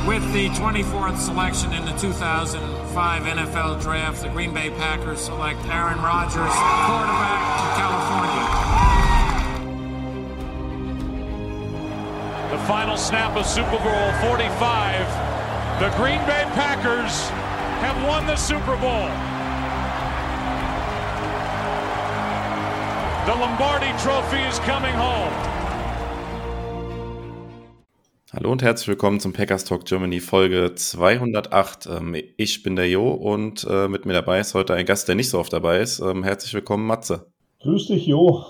With the 24th selection in the 2005 NFL Draft, the Green Bay Packers select Aaron Rodgers, quarterback of California. The final snap of Super Bowl 45. The Green Bay Packers have won the Super Bowl. The Lombardi Trophy is coming home. Hallo und herzlich willkommen zum Packers Talk Germany Folge 208. Ich bin der Jo und mit mir dabei ist heute ein Gast, der nicht so oft dabei ist. Herzlich willkommen, Matze. Grüß dich, Jo.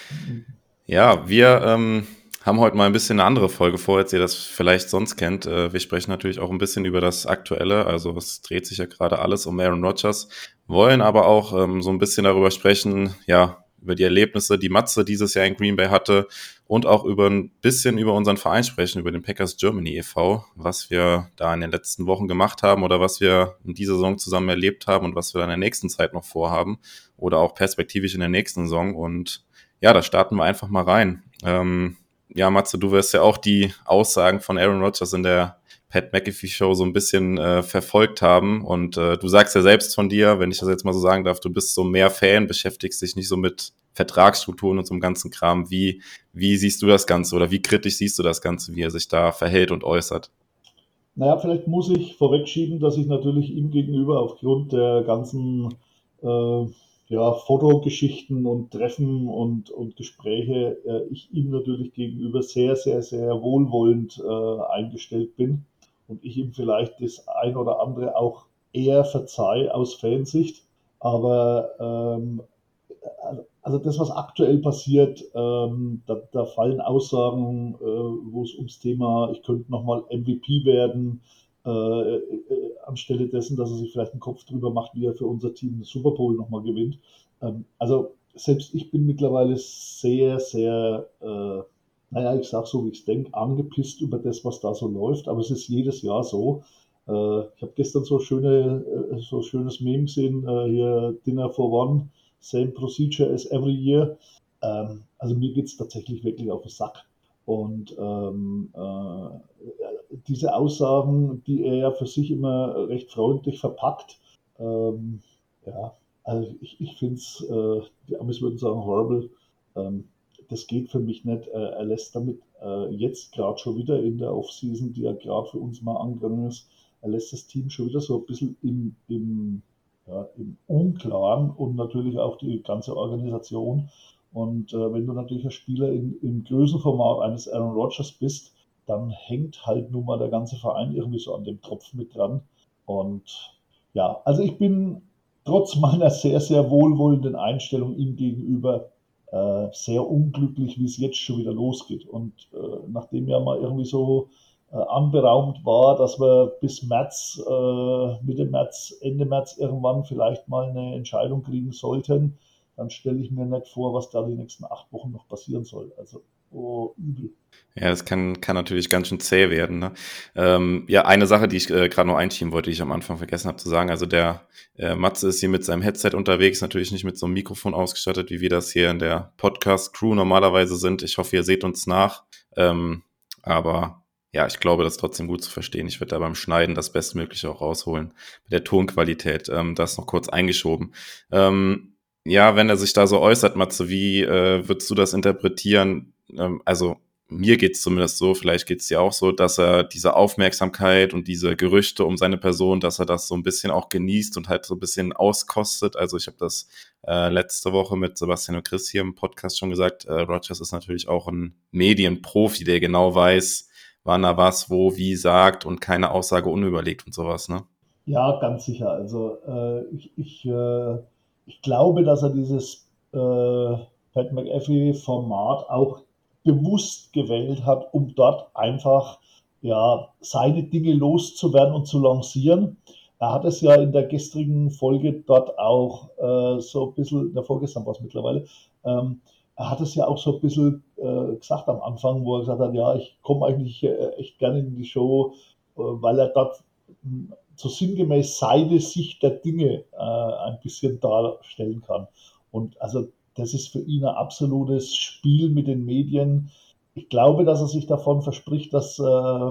Ja, wir haben heute mal ein bisschen eine andere Folge vor, als ihr das vielleicht sonst kennt. Wir sprechen natürlich auch ein bisschen über das Aktuelle, also es dreht sich ja gerade alles um Aaron Rodgers, wollen aber auch so ein bisschen darüber sprechen, ja, über die Erlebnisse, die Matze dieses Jahr in Green Bay hatte und auch ein bisschen über unseren Verein sprechen, über den Packers Germany e.V., was wir da in den letzten Wochen gemacht haben oder was wir in dieser Saison zusammen erlebt haben und was wir dann in der nächsten Zeit noch vorhaben oder auch perspektivisch in der nächsten Saison. Und ja, da starten wir einfach mal rein. Ja, Matze, du wirst ja auch die Aussagen von Aaron Rodgers in der Pat McAfee Show so ein bisschen verfolgt haben und du sagst ja selbst von dir, wenn ich das jetzt mal so sagen darf, du bist so mehr Fan, beschäftigst dich nicht so mit Vertragsstrukturen und so einem ganzen Kram. Wie siehst du das Ganze oder wie kritisch siehst du das Ganze, wie er sich da verhält und äußert? Naja, vielleicht muss ich vorwegschieben, dass ich natürlich ihm gegenüber aufgrund der ganzen Fotogeschichten und Treffen und Gespräche, ich ihm natürlich gegenüber sehr, sehr, sehr wohlwollend eingestellt bin und ich ihm vielleicht das ein oder andere auch eher verzeih aus Fansicht. Aber also das, was aktuell passiert, da fallen Aussagen, wo es ums Thema, ich könnte nochmal MVP werden, anstelle dessen, dass er sich vielleicht einen Kopf drüber macht, wie er für unser Team den Super Bowl nochmal gewinnt. Also selbst ich bin mittlerweile sehr, sehr, ich sage so, wie ich es denke, angepisst über das, was da so läuft. Aber es ist jedes Jahr so. Ich habe gestern so ein schönes Meme gesehen, hier Dinner for One, same procedure as every year. Also mir geht es tatsächlich wirklich auf den Sack. Und diese Aussagen, die er ja für sich immer recht freundlich verpackt, also ich finde es, die Amis würden sagen, horrible. Das geht für mich nicht. Er lässt damit jetzt gerade schon wieder in der Offseason, die ja gerade für uns mal angegangen ist, er lässt das Team schon wieder so ein bisschen im Unklaren und natürlich auch die ganze Organisation. Und wenn du natürlich ein Spieler im Größenformat eines Aaron Rodgers bist, dann hängt halt nun mal der ganze Verein irgendwie so an dem Tropf mit dran. Und ja, also ich bin trotz meiner sehr, sehr wohlwollenden Einstellung ihm gegenüber sehr unglücklich, wie es jetzt schon wieder losgeht. Und nachdem ja mal irgendwie so anberaumt war, dass wir bis März, Mitte März, Ende März irgendwann vielleicht mal eine Entscheidung kriegen sollten, dann stelle ich mir nicht vor, was da die nächsten 8 Wochen noch passieren soll. Also übel. Ja, das kann natürlich ganz schön zäh werden, ne? Ja, eine Sache, die ich gerade noch einschieben wollte, die ich am Anfang vergessen habe zu sagen, also der Matze ist hier mit seinem Headset unterwegs, natürlich nicht mit so einem Mikrofon ausgestattet, wie wir das hier in der Podcast-Crew normalerweise sind. Ich hoffe, ihr seht uns nach, aber ja, ich glaube, das ist trotzdem gut zu verstehen. Ich werde da beim Schneiden das Bestmögliche auch rausholen. Mit der Tonqualität, das noch kurz eingeschoben. Ja, wenn er sich da so äußert, Matze, wie würdest du das interpretieren? Also mir geht's zumindest so, vielleicht geht's dir auch so, dass er diese Aufmerksamkeit und diese Gerüchte um seine Person, dass er das so ein bisschen auch genießt und halt so ein bisschen auskostet. Also ich habe das letzte Woche mit Sebastian und Chris hier im Podcast schon gesagt, Rodgers ist natürlich auch ein Medienprofi, der genau weiß, wann er was, wo, wie sagt und keine Aussage unüberlegt und sowas, ne? Ja, ganz sicher. Also ich glaube, dass er dieses Pat McAfee-Format auch bewusst gewählt hat, um dort einfach seine Dinge loszuwerden und zu lancieren. Er hat es ja in der gestrigen Folge dort auch so ein bisschen, in der vorgestern war es mittlerweile, er hat es ja auch so ein bisschen gesagt am Anfang, wo er gesagt hat, ja, ich komme eigentlich echt gerne in die Show, weil er dort so sinngemäß seine Sicht der Dinge ein bisschen darstellen kann. Und also das ist für ihn ein absolutes Spiel mit den Medien. Ich glaube, dass er sich davon verspricht, dass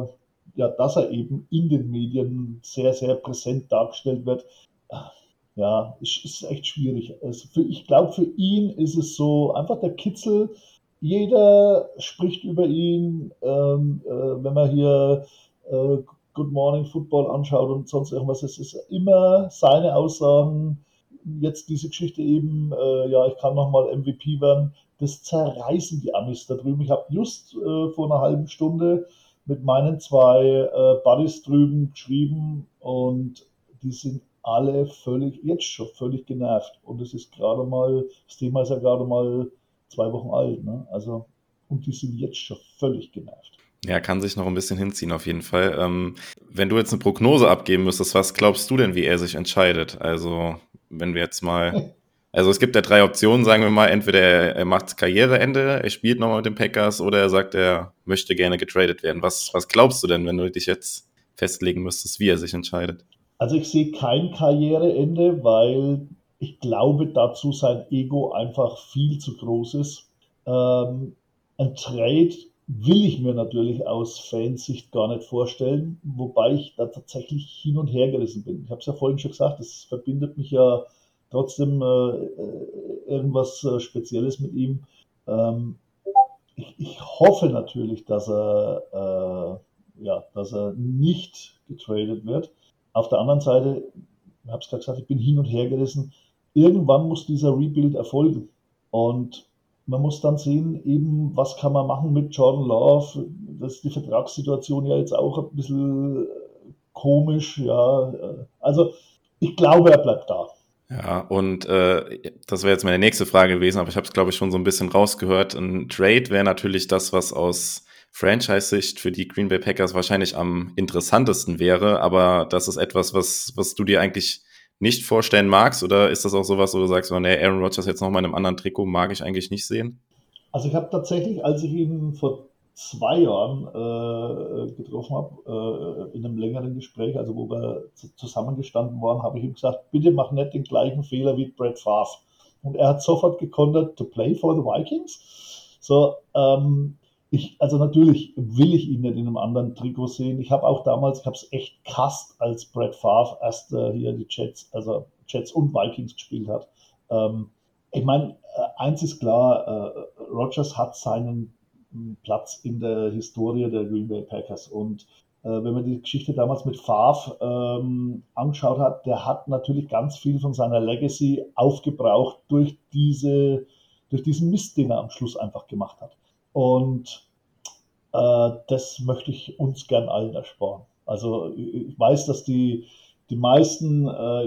ja, dass er eben in den Medien sehr, sehr präsent dargestellt wird, ja, ist echt schwierig. Ich glaube, für ihn ist es so einfach der Kitzel. Jeder spricht über ihn, wenn man hier Good Morning Football anschaut und sonst irgendwas. Es ist immer seine Aussagen. Jetzt diese Geschichte eben, ja, ich kann nochmal MVP werden. Das zerreißen die Amis da drüben. Ich habe just vor einer halben Stunde mit meinen zwei Buddies drüben geschrieben und die sind alle jetzt schon völlig genervt. Und das Thema ist ja gerade mal 2 Wochen alt. Ne? Also, und die sind jetzt schon völlig genervt. Ja, kann sich noch ein bisschen hinziehen auf jeden Fall. Wenn du jetzt eine Prognose abgeben müsstest, was glaubst du denn, wie er sich entscheidet? Also, wenn wir jetzt mal, also es gibt ja 3 Optionen, sagen wir mal, entweder er macht Karriereende, er spielt nochmal mit den Packers oder er sagt, er möchte gerne getradet werden. Was glaubst du denn, wenn du dich jetzt festlegen müsstest, wie er sich entscheidet? Also ich sehe kein Karriereende, weil ich glaube, dazu sein Ego einfach viel zu groß ist. Ein Trade will ich mir natürlich aus Fansicht gar nicht vorstellen, wobei ich da tatsächlich hin und her gerissen bin. Ich habe es ja vorhin schon gesagt, es verbindet mich ja trotzdem irgendwas Spezielles mit ihm. Ähm, ich hoffe natürlich, dass er nicht getradet wird. Auf der anderen Seite, ich habe es gerade gesagt, ich bin hin und her gerissen. Irgendwann muss dieser Rebuild erfolgen. Und man muss dann sehen, eben, was kann man machen mit Jordan Love. Das ist die Vertragssituation ja jetzt auch ein bisschen komisch. Ja. Also ich glaube, er bleibt da. Ja, und das wäre jetzt meine nächste Frage gewesen, aber ich habe es, glaube ich, schon so ein bisschen rausgehört. Ein Trade wäre natürlich das, was aus Franchise-Sicht für die Green Bay Packers wahrscheinlich am interessantesten wäre, aber das ist etwas, was du dir eigentlich nicht vorstellen magst, oder ist das auch sowas, wo du sagst, oh, nee, Aaron Rodgers jetzt nochmal in einem anderen Trikot mag ich eigentlich nicht sehen? Also ich habe tatsächlich, als ich ihn vor 2 Jahren getroffen habe, in einem längeren Gespräch, also wo wir zusammengestanden waren, habe ich ihm gesagt, bitte mach nicht den gleichen Fehler wie Brett Favre. Und er hat sofort gekontert, to play for the Vikings. So, also natürlich will ich ihn nicht in einem anderen Trikot sehen. Ich habe auch damals, ich habe es echt gehasst, als Brett Favre erst hier die Jets und Vikings gespielt hat. Ähm, Ich meine, eins ist klar, Rodgers hat seinen Platz in der Historie der Green Bay Packers. Und wenn man die Geschichte damals mit Favre angeschaut hat, der hat natürlich ganz viel von seiner Legacy aufgebraucht durch diesen Mist, den er am Schluss einfach gemacht hat. Und das möchte ich uns gern allen ersparen. Also ich weiß, dass die meisten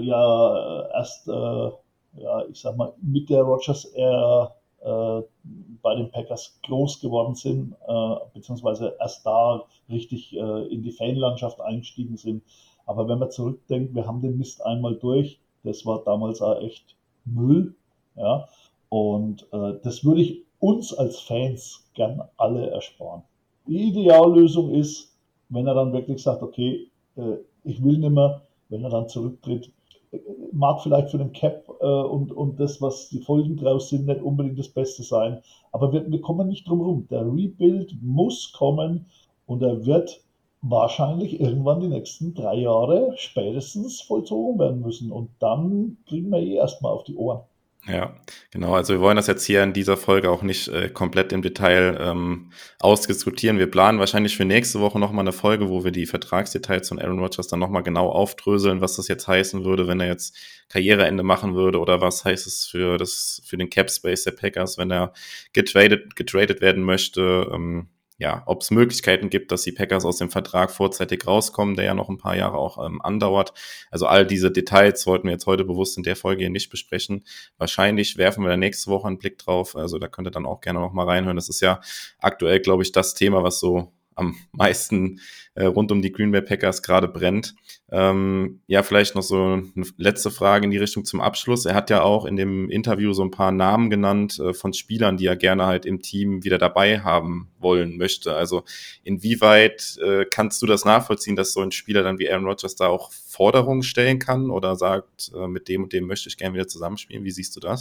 erst ja, ich sag mal, mit der Rodgers-Ära bei den Packers groß geworden sind, beziehungsweise erst da richtig in die Fanlandschaft eingestiegen sind. Aber wenn man zurückdenkt, wir haben den Mist einmal durch, das war damals auch echt Müll. Ja? Und das würde ich uns als Fans gern alle ersparen. Die Ideallösung ist, wenn er dann wirklich sagt, okay, ich will nicht mehr, wenn er dann zurücktritt, mag vielleicht für den Cap und das, was die Folgen draus sind, nicht unbedingt das Beste sein. Aber wir kommen nicht drum herum. Der Rebuild muss kommen und er wird wahrscheinlich irgendwann die nächsten 3 Jahre spätestens vollzogen werden müssen. Und dann kriegen wir erstmal auf die Ohren. Ja, genau. Also wir wollen das jetzt hier in dieser Folge auch nicht komplett im Detail ausdiskutieren. Wir planen wahrscheinlich für nächste Woche nochmal eine Folge, wo wir die Vertragsdetails von Aaron Rodgers dann nochmal genau aufdröseln, was das jetzt heißen würde, wenn er jetzt Karriereende machen würde, oder was heißt es für den Cap Space der Packers, wenn er getradet werden möchte. Ja, ob es Möglichkeiten gibt, dass die Packers aus dem Vertrag vorzeitig rauskommen, der ja noch ein paar Jahre auch andauert. Also all diese Details wollten wir jetzt heute bewusst in der Folge hier nicht besprechen. Wahrscheinlich werfen wir da nächste Woche einen Blick drauf. Also da könnt ihr dann auch gerne noch mal reinhören. Das ist ja aktuell, glaube ich, das Thema, was so am meisten rund um die Green Bay Packers gerade brennt. Ja, vielleicht noch so eine letzte Frage in die Richtung zum Abschluss. Er hat ja auch in dem Interview so ein paar Namen genannt von Spielern, die er gerne halt im Team wieder dabei haben wollen möchte. Also inwieweit kannst du das nachvollziehen, dass so ein Spieler dann wie Aaron Rodgers da auch Forderungen stellen kann oder sagt, mit dem und dem möchte ich gerne wieder zusammenspielen? Wie siehst du das?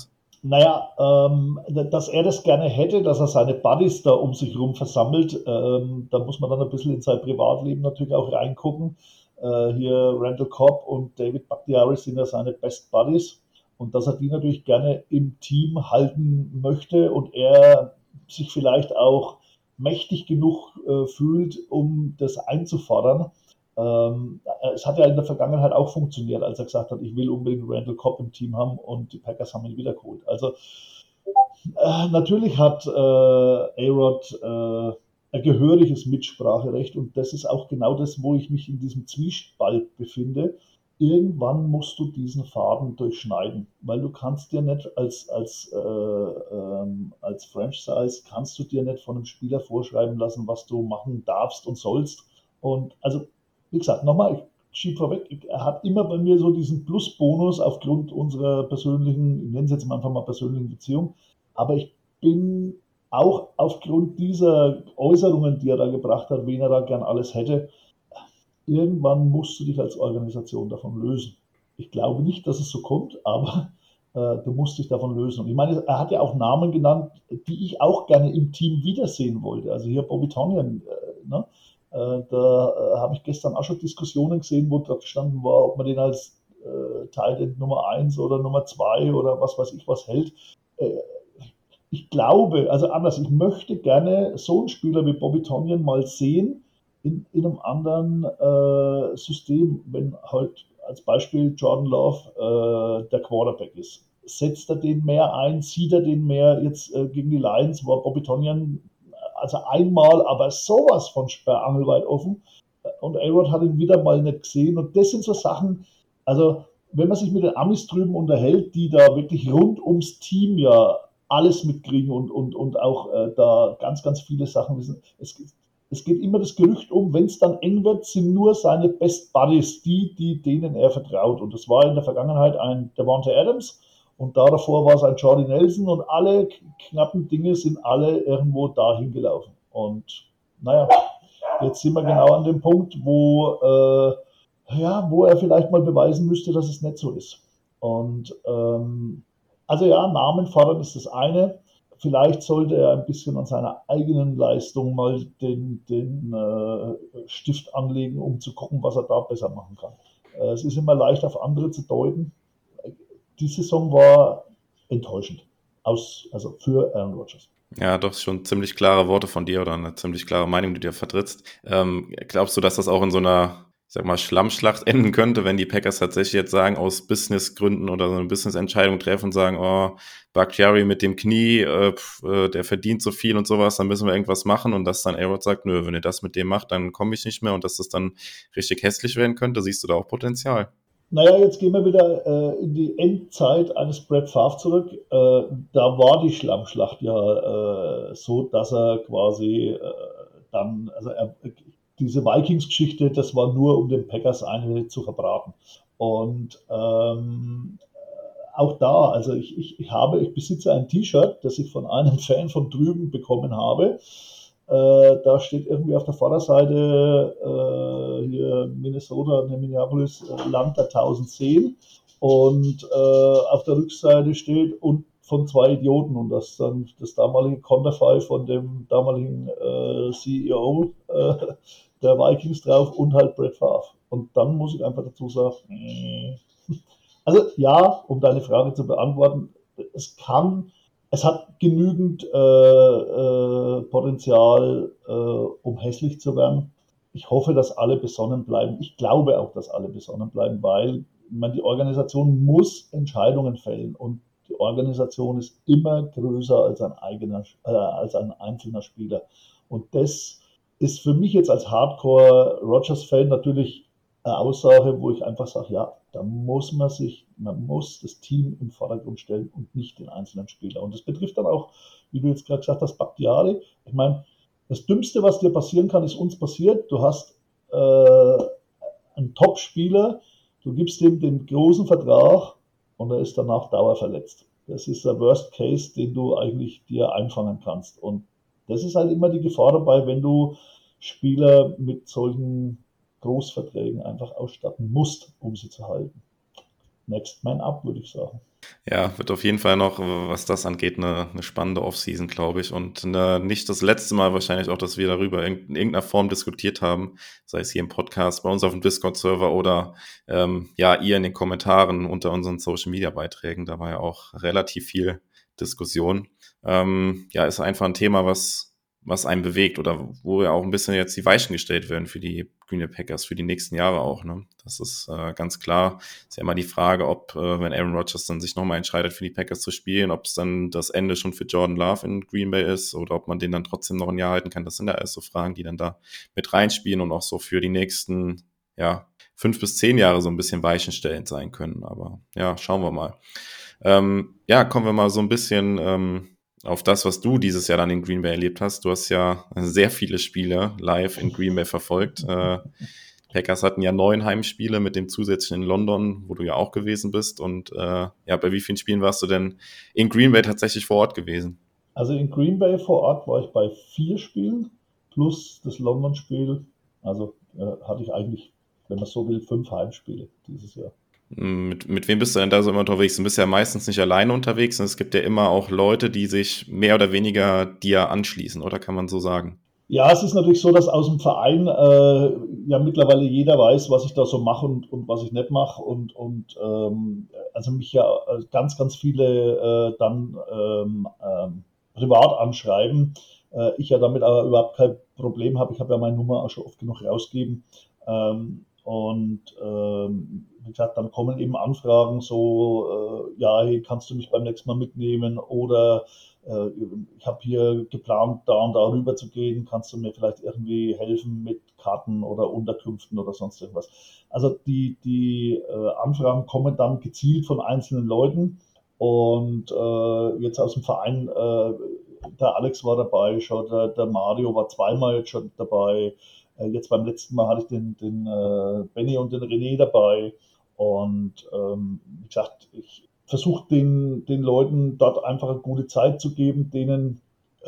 Naja, dass er das gerne hätte, dass er seine Buddies da um sich herum versammelt, da muss man dann ein bisschen in sein Privatleben natürlich auch reingucken. Hier Randall Cobb und David Bakhtiari sind ja seine Best Buddies und dass er die natürlich gerne im Team halten möchte und er sich vielleicht auch mächtig genug fühlt, um das einzufordern. Es hat ja in der Vergangenheit auch funktioniert, als er gesagt hat, ich will unbedingt Randall Cobb im Team haben und die Packers haben ihn wiedergeholt. Also natürlich hat A-Rod ein gehöriges Mitspracherecht und das ist auch genau das, wo ich mich in diesem Zwiespalt befinde. Irgendwann musst du diesen Faden durchschneiden, weil du kannst dir nicht als Franchise, kannst du dir nicht von einem Spieler vorschreiben lassen, was du machen darfst und sollst. Und also, wie gesagt, nochmal, ich schiebe vorweg, er hat immer bei mir so diesen Plusbonus aufgrund unserer persönlichen, ich nenne es jetzt einfach mal persönlichen Beziehung, aber ich bin auch aufgrund dieser Äußerungen, die er da gebracht hat, wen er da gern alles hätte, irgendwann musst du dich als Organisation davon lösen. Ich glaube nicht, dass es so kommt, aber du musst dich davon lösen. Und ich meine, er hat ja auch Namen genannt, die ich auch gerne im Team wiedersehen wollte. Also hier Bobby Tonyan, ne? Da habe ich gestern auch schon Diskussionen gesehen, wo drauf gestanden war, ob man den als Tight End Nummer 1 oder Nummer 2 oder was weiß ich was hält. Äh, Ich glaube, also anders, ich möchte gerne so einen Spieler wie Bobby Tonyan mal sehen in einem anderen System, wenn halt als Beispiel Jordan Love der Quarterback ist. Setzt er den mehr ein, zieht er den mehr jetzt gegen die Lions, war Bobby Tonyan also einmal, aber sowas von sperrangelweit offen und A-Rod hat ihn wieder mal nicht gesehen und das sind so Sachen, also wenn man sich mit den Amis drüben unterhält, die da wirklich rund ums Team ja alles mitkriegen und auch da ganz, ganz viele Sachen wissen. Es geht immer das Gerücht um, wenn es dann eng wird, sind nur seine Best Buddies denen er vertraut. Und das war in der Vergangenheit ein Davante Adams und davor war es ein Jordy Nelson und alle knappen Dinge sind alle irgendwo dahin gelaufen. Und naja, jetzt sind wir genau an dem Punkt, wo er vielleicht mal beweisen müsste, dass es nicht so ist. Und also ja, Namen fordern ist das eine. Vielleicht sollte er ein bisschen an seiner eigenen Leistung mal den Stift anlegen, um zu gucken, was er da besser machen kann. Es ist immer leicht auf andere zu deuten. Die Saison war enttäuschend also für Aaron Rodgers. Ja, doch schon ziemlich klare Worte von dir oder eine ziemlich klare Meinung, die du dir vertrittst. Glaubst du, dass das auch in so einer, ich sag mal, Schlammschlacht enden könnte, wenn die Packers tatsächlich jetzt sagen, aus Businessgründen oder so eine Business-Entscheidung treffen und sagen, oh, Bakhtiari mit dem Knie, der verdient so viel und sowas, dann müssen wir irgendwas machen und dass dann A-Rod sagt, nö, wenn ihr das mit dem macht, dann komme ich nicht mehr und dass das dann richtig hässlich werden könnte, siehst du da auch Potenzial? Naja, jetzt gehen wir wieder in die Endzeit eines Brett Favre zurück. Da war die Schlammschlacht ja so, dass er quasi diese Vikings-Geschichte, das war nur, um den Packers eine zu verbraten. Und auch da, also ich besitze ein T-Shirt, das ich von einem Fan von drüben bekommen habe. Da steht irgendwie auf der Vorderseite hier Minnesota, Minneapolis, Land der 1000 Seen. Und auf der Rückseite steht und von zwei Idioten und das dann das damalige Konterfei von dem damaligen CEO der Vikings drauf und halt Brett Favre. Und dann muss ich einfach dazu sagen, also ja, um deine Frage zu beantworten, es hat genügend Potenzial, um hässlich zu werden. Ich hoffe, dass alle besonnen bleiben. Ich glaube auch, dass alle besonnen bleiben, weil die Organisation muss Entscheidungen fällen und die Organisation ist immer größer als ein einzelner Spieler. Und das ist für mich jetzt als Hardcore-Rodgers-Fan natürlich eine Aussage, wo ich einfach sage, ja, da man muss das Team im Vordergrund stellen und nicht den einzelnen Spieler. Und das betrifft dann auch, wie du jetzt gerade gesagt hast, Bakhtiari. Ich meine, das Dümmste, was dir passieren kann, ist uns passiert. Du hast einen Top-Spieler, du gibst ihm den großen Vertrag und er ist danach dauerverletzt. Das ist der Worst Case, den du eigentlich dir einfangen kannst. Und das ist halt immer die Gefahr dabei, wenn du Spieler mit solchen Großverträgen einfach ausstatten musst, um sie zu halten. Next Man Up, würde ich sagen. Ja, wird auf jeden Fall noch, was das angeht, eine spannende Offseason, glaube ich. Und nicht das letzte Mal wahrscheinlich auch, dass wir darüber in irgendeiner Form diskutiert haben, sei es hier im Podcast, bei uns auf dem Discord-Server oder ja, ihr in den Kommentaren unter unseren Social-Media-Beiträgen. Da war ja auch relativ viel Diskussion. Ja, ist einfach ein Thema, was einen bewegt oder wo ja auch ein bisschen jetzt die Weichen gestellt werden für die Green Bay Packers für die nächsten Jahre auch. Ne? Das ist ganz klar. Ist ja immer die Frage, ob, wenn Aaron Rodgers dann sich nochmal entscheidet, für die Packers zu spielen, ob es dann das Ende schon für Jordan Love in Green Bay ist oder ob man den dann trotzdem noch ein Jahr halten kann. Das sind ja erst so Fragen, die dann da mit reinspielen und auch so für die nächsten, ja, 5 bis 10 Jahre so ein bisschen weichenstellend sein können. Aber ja, schauen wir mal. Ja, kommen wir mal so ein bisschen auf das, was du dieses Jahr dann in Green Bay erlebt hast. Du hast ja sehr viele Spiele live in Green Bay verfolgt. Packers hatten ja 9 Heimspiele mit dem zusätzlichen in London, wo du ja auch gewesen bist. Und ja, bei wie vielen Spielen warst du denn in Green Bay tatsächlich vor Ort gewesen? Also in Green Bay vor Ort war ich bei 4 Spielen plus das London-Spiel. Also hatte ich eigentlich, wenn man so will, 5 Heimspiele dieses Jahr. Mit wem bist du denn da so immer unterwegs? Du bist ja meistens nicht alleine unterwegs und es gibt ja immer auch Leute, die sich mehr oder weniger dir anschließen, oder kann man so sagen? Ja, es ist natürlich so, dass aus dem Verein ja mittlerweile jeder weiß, was ich da so mache und was ich nicht mache. Also mich ja ganz, ganz viele dann privat anschreiben. Ich ja damit aber überhaupt kein Problem habe. Ich habe ja meine Nummer auch schon oft genug rausgegeben. Wie gesagt, dann kommen eben Anfragen so, ja, hey, kannst du mich beim nächsten Mal mitnehmen oder ich habe hier geplant, da und da rüber zu gehen, kannst du mir vielleicht irgendwie helfen mit Karten oder Unterkünften oder sonst irgendwas. Also die Anfragen kommen dann gezielt von einzelnen Leuten und jetzt aus dem Verein, der Alex war dabei, schon der Mario war zweimal jetzt schon dabei, jetzt beim letzten Mal hatte ich den Benny und den René dabei und wie gesagt, ich versuche den Leuten dort einfach eine gute Zeit zu geben, denen,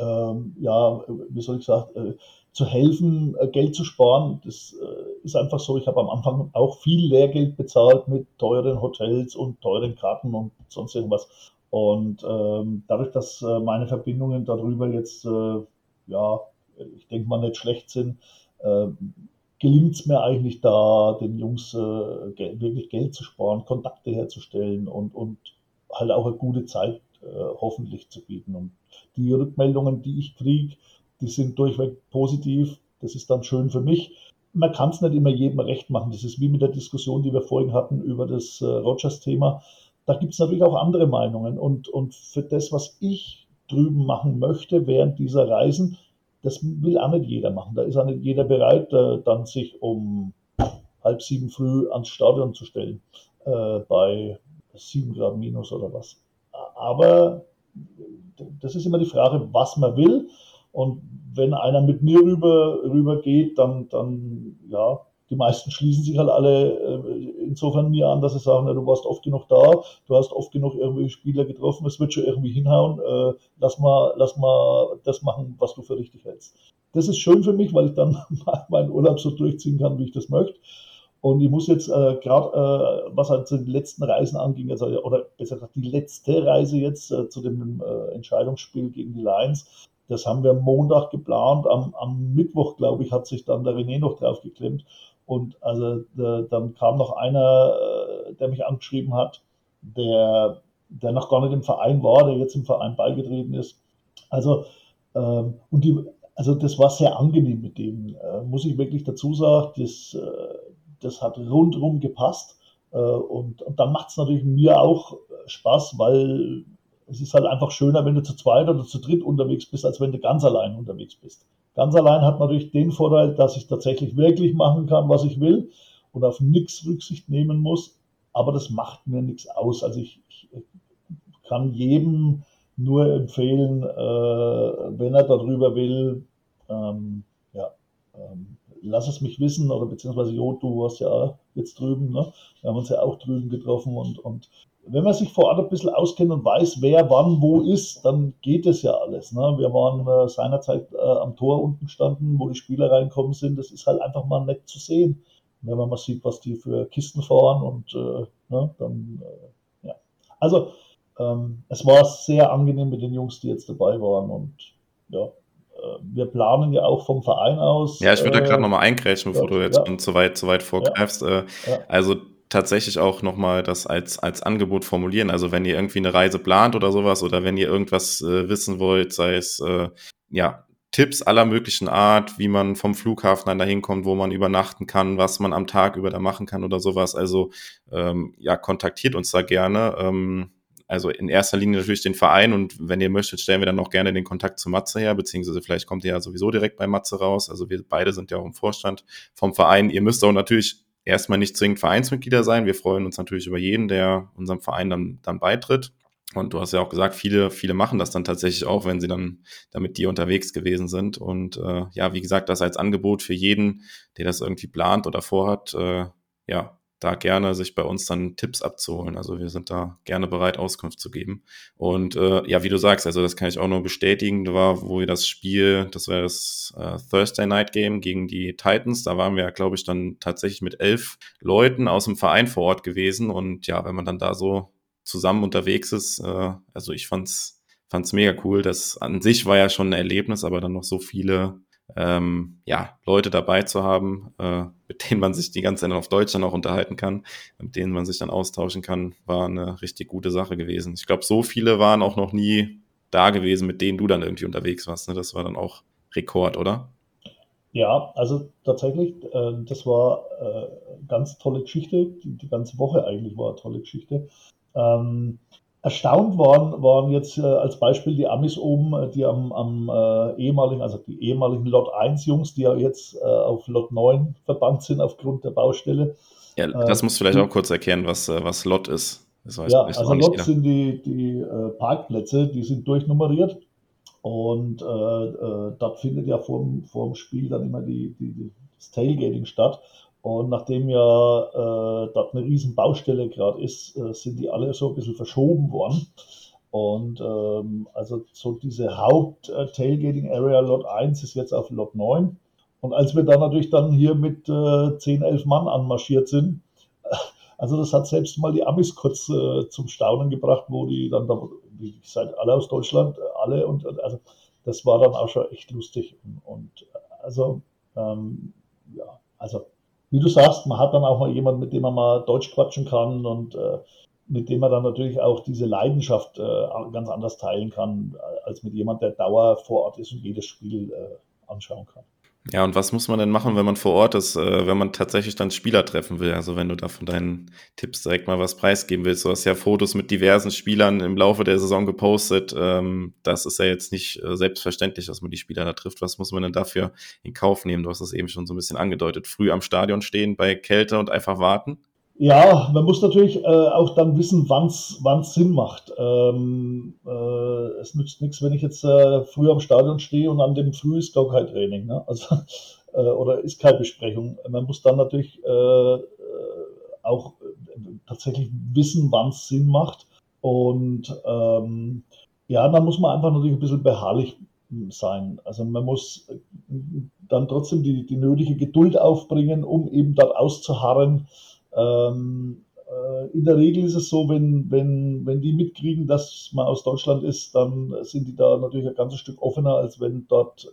ja, wie soll ich sagen, zu helfen, Geld zu sparen. Das ist einfach so. Ich habe am Anfang auch viel Lehrgeld bezahlt mit teuren Hotels und teuren Karten und sonst irgendwas. Und dadurch, dass meine Verbindungen darüber jetzt, ja, ich denke mal nicht schlecht sind, äh, gelingt es mir eigentlich da, den Jungs wirklich Geld zu sparen, Kontakte herzustellen und halt auch eine gute Zeit hoffentlich zu bieten. Und die Rückmeldungen, die ich kriege, die sind durchweg positiv. Das ist dann schön für mich. Man kann es nicht immer jedem recht machen. Das ist wie mit der Diskussion, die wir vorhin hatten über das Rogers-Thema. Da gibt es natürlich auch andere Meinungen. Und für das, was ich drüben machen möchte während dieser Reisen, das will auch nicht jeder machen. Da ist auch nicht jeder bereit, dann sich um 6:30 früh ans Stadion zu stellen, bei 7 Grad minus oder was. Aber das ist immer die Frage, was man will. Und wenn einer mit mir rüber geht, dann ja, die meisten schließen sich halt alle insofern mir an, dass sie sagen, na, du warst oft genug da, du hast oft genug irgendwelche Spieler getroffen, es wird schon irgendwie hinhauen, lass mal das machen, was du für richtig hältst. Das ist schön für mich, weil ich dann meinen Urlaub so durchziehen kann, wie ich das möchte. Und ich muss jetzt gerade, was halt so die letzten Reisen anging, also, oder besser gesagt die letzte Reise jetzt zu dem Entscheidungsspiel gegen die Lions, das haben wir am Montag geplant. Am Mittwoch, glaube ich, hat sich dann der René noch drauf geklemmt. Und also dann kam noch einer, der mich angeschrieben hat, der noch gar nicht im Verein war, der jetzt im Verein beigetreten ist. Also, also das war sehr angenehm mit dem, muss ich wirklich dazu sagen. Das hat rundherum gepasst. Und dann macht es natürlich mir auch Spaß, weil es ist halt einfach schöner, wenn du zu zweit oder zu dritt unterwegs bist, als wenn du ganz allein unterwegs bist. Ganz allein hat natürlich den Vorteil, dass ich tatsächlich wirklich machen kann, was ich will und auf nichts Rücksicht nehmen muss. Aber das macht mir nichts aus. Also ich kann jedem nur empfehlen, wenn er darüber will, ja, lass es mich wissen oder beziehungsweise Jo, du warst ja jetzt drüben, ne? Wir haben uns ja auch drüben getroffen und wenn man sich vor Ort ein bisschen auskennt und weiß, wer wann wo ist, dann geht es ja alles. Ne? Wir waren seinerzeit am Tor unten gestanden, wo die Spieler reinkommen sind. Das ist halt einfach mal nett zu sehen. wenn man mal sieht, was die für Kisten fahren und ne, dann, ja. Also, es war sehr angenehm mit den Jungs, die jetzt dabei waren und ja, wir planen ja auch vom Verein aus. Ja, ich würde da gerade nochmal eingrätschen, bevor du jetzt Ja, schon zu weit ja, vorgreifst. ja, Also tatsächlich auch nochmal das als Angebot formulieren. Also wenn ihr irgendwie eine Reise plant oder sowas oder wenn ihr irgendwas wissen wollt, sei es ja Tipps aller möglichen Art, wie man vom Flughafen dann dahin kommt, wo man übernachten kann, was man am Tag über da machen kann oder sowas. Also ja, kontaktiert uns da gerne. Also in erster Linie natürlich den Verein und wenn ihr möchtet, stellen wir dann auch gerne den Kontakt zu Matze her, beziehungsweise vielleicht kommt ihr ja sowieso direkt bei Matze raus. Also wir beide sind ja auch im Vorstand vom Verein. Ihr müsst auch natürlich erstmal nicht zwingend Vereinsmitglieder sein. Wir freuen uns natürlich über jeden, der unserem Verein dann beitritt. Und du hast ja auch gesagt, viele machen das dann tatsächlich auch, wenn sie dann da mit dir unterwegs gewesen sind. Und ja, wie gesagt, das als Angebot für jeden, der das irgendwie plant oder vorhat, ja, da gerne sich bei uns dann Tipps abzuholen. Also wir sind da gerne bereit, Auskunft zu geben. Und ja, wie du sagst, also das kann ich auch nur bestätigen, da war, wo wir das Spiel, das war das Thursday Night Game gegen die Titans, da waren wir ja, glaube ich, dann tatsächlich mit 11 Leuten aus dem Verein vor Ort gewesen. Und ja, wenn man dann da so zusammen unterwegs ist, also ich fand's mega cool. Das an sich war ja schon ein Erlebnis, aber dann noch so viele ja, Leute dabei zu haben, mit denen man sich die ganze Zeit auf Deutsch dann auch unterhalten kann, mit denen man sich dann austauschen kann, war eine richtig gute Sache gewesen. Ich glaube, so viele waren auch noch nie da gewesen, mit denen du dann irgendwie unterwegs warst. Ne? Das war dann auch Rekord, oder? ja, also tatsächlich, das war ganz tolle Geschichte. Die ganze Woche eigentlich war eine tolle Geschichte. Ähm, Erstaunt waren jetzt als Beispiel die Amis oben, die am ehemaligen, also die ehemaligen Lot 1 Jungs, die ja jetzt auf Lot 9 verbannt sind aufgrund der Baustelle. Ja, Äh, das musst du vielleicht auch die, kurz erklären, was LOT ist. Das weiß ja, vielleicht noch also auch nicht Lots jeder. sind die Parkplätze, die sind durchnummeriert und dort findet ja vorm Spiel dann immer das Tailgating statt. Und nachdem ja dort eine riesen Baustelle gerade ist, sind die alle so ein bisschen verschoben worden. Und also so diese Haupt-Tailgating-Area Lot 1 ist jetzt auf Lot 9. Und als wir dann natürlich dann hier mit 10, 11 Mann anmarschiert sind, also das hat selbst mal die Amis kurz zum Staunen gebracht, wo die dann, da, wie gesagt, alle aus Deutschland, alle und also das war dann auch schon echt lustig. Also, ja, also wie du sagst, man hat dann auch mal jemanden, mit dem man mal Deutsch quatschen kann und mit dem man dann natürlich auch diese Leidenschaft ganz anders teilen kann, als mit jemand, der Dauer vor Ort ist und jedes Spiel anschauen kann. Ja, und was muss man denn machen, wenn man vor Ort ist, wenn man tatsächlich dann Spieler treffen will? Also wenn du da von deinen Tipps direkt mal was preisgeben willst. Du hast ja Fotos mit diversen Spielern im Laufe der Saison gepostet. Das ist ja jetzt nicht selbstverständlich, dass man die Spieler da trifft. Was muss man denn dafür in Kauf nehmen? Du hast das eben schon so ein bisschen angedeutet. Früh am Stadion stehen bei Kälte und einfach warten. Ja, man muss natürlich auch dann wissen, wann's Sinn macht. Es nützt nichts, wenn ich jetzt früh am Stadion stehe und an dem Früh ist gar kein Training, ne? Also, oder ist keine Besprechung. Man muss dann natürlich auch tatsächlich wissen, wann's Sinn macht. Und ja, dann muss man einfach natürlich ein bisschen beharrlich sein. Also man muss dann trotzdem die nötige Geduld aufbringen, um eben dort auszuharren. In der Regel ist es so, wenn die mitkriegen, dass man aus Deutschland ist, dann sind die da natürlich ein ganzes Stück offener, als wenn dort,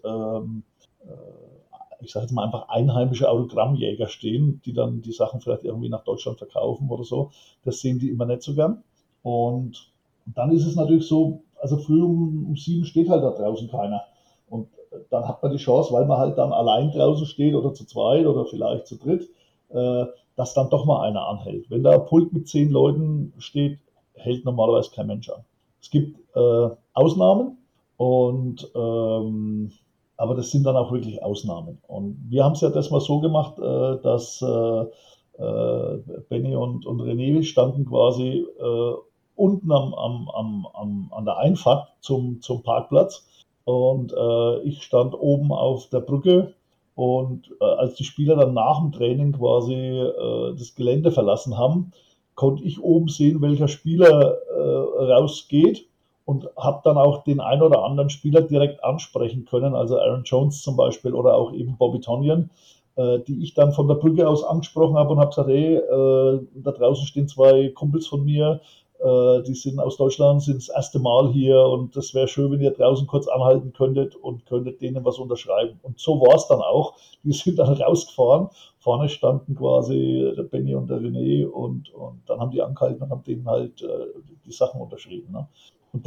ich sage jetzt mal einfach einheimische Autogrammjäger stehen, die dann die Sachen vielleicht irgendwie nach Deutschland verkaufen oder so. Das sehen die immer nicht so gern. Und dann ist es natürlich so, also früh um 7 steht halt da draußen keiner. Und dann hat man die Chance, weil man halt dann allein draußen steht oder zu zweit oder vielleicht zu dritt, dass dann doch mal einer anhält. Wenn da ein Pult mit 10 Leuten steht, hält normalerweise kein Mensch an. Es gibt Ausnahmen und aber das sind dann auch wirklich Ausnahmen. Und wir haben es ja das mal so gemacht, dass Benny und René standen quasi unten an der Einfahrt zum Parkplatz und ich stand oben auf der Brücke und als die Spieler dann nach dem Training quasi das Gelände verlassen haben, konnte ich oben sehen, welcher Spieler rausgeht und habe dann auch den ein oder anderen Spieler direkt ansprechen können, also Aaron Jones zum Beispiel oder auch eben Bobby Tonyan. die ich dann von der Brücke aus angesprochen habe und habe gesagt, hey, da draußen stehen 2 Kumpels von mir, die sind aus Deutschland, sind das erste Mal hier und das wäre schön, wenn ihr draußen kurz anhalten könntet und könntet denen was unterschreiben. Und so war es dann auch. Die sind dann rausgefahren. Vorne standen quasi der Benny und der René und dann haben die angehalten und haben denen halt die Sachen unterschrieben. Ne? Und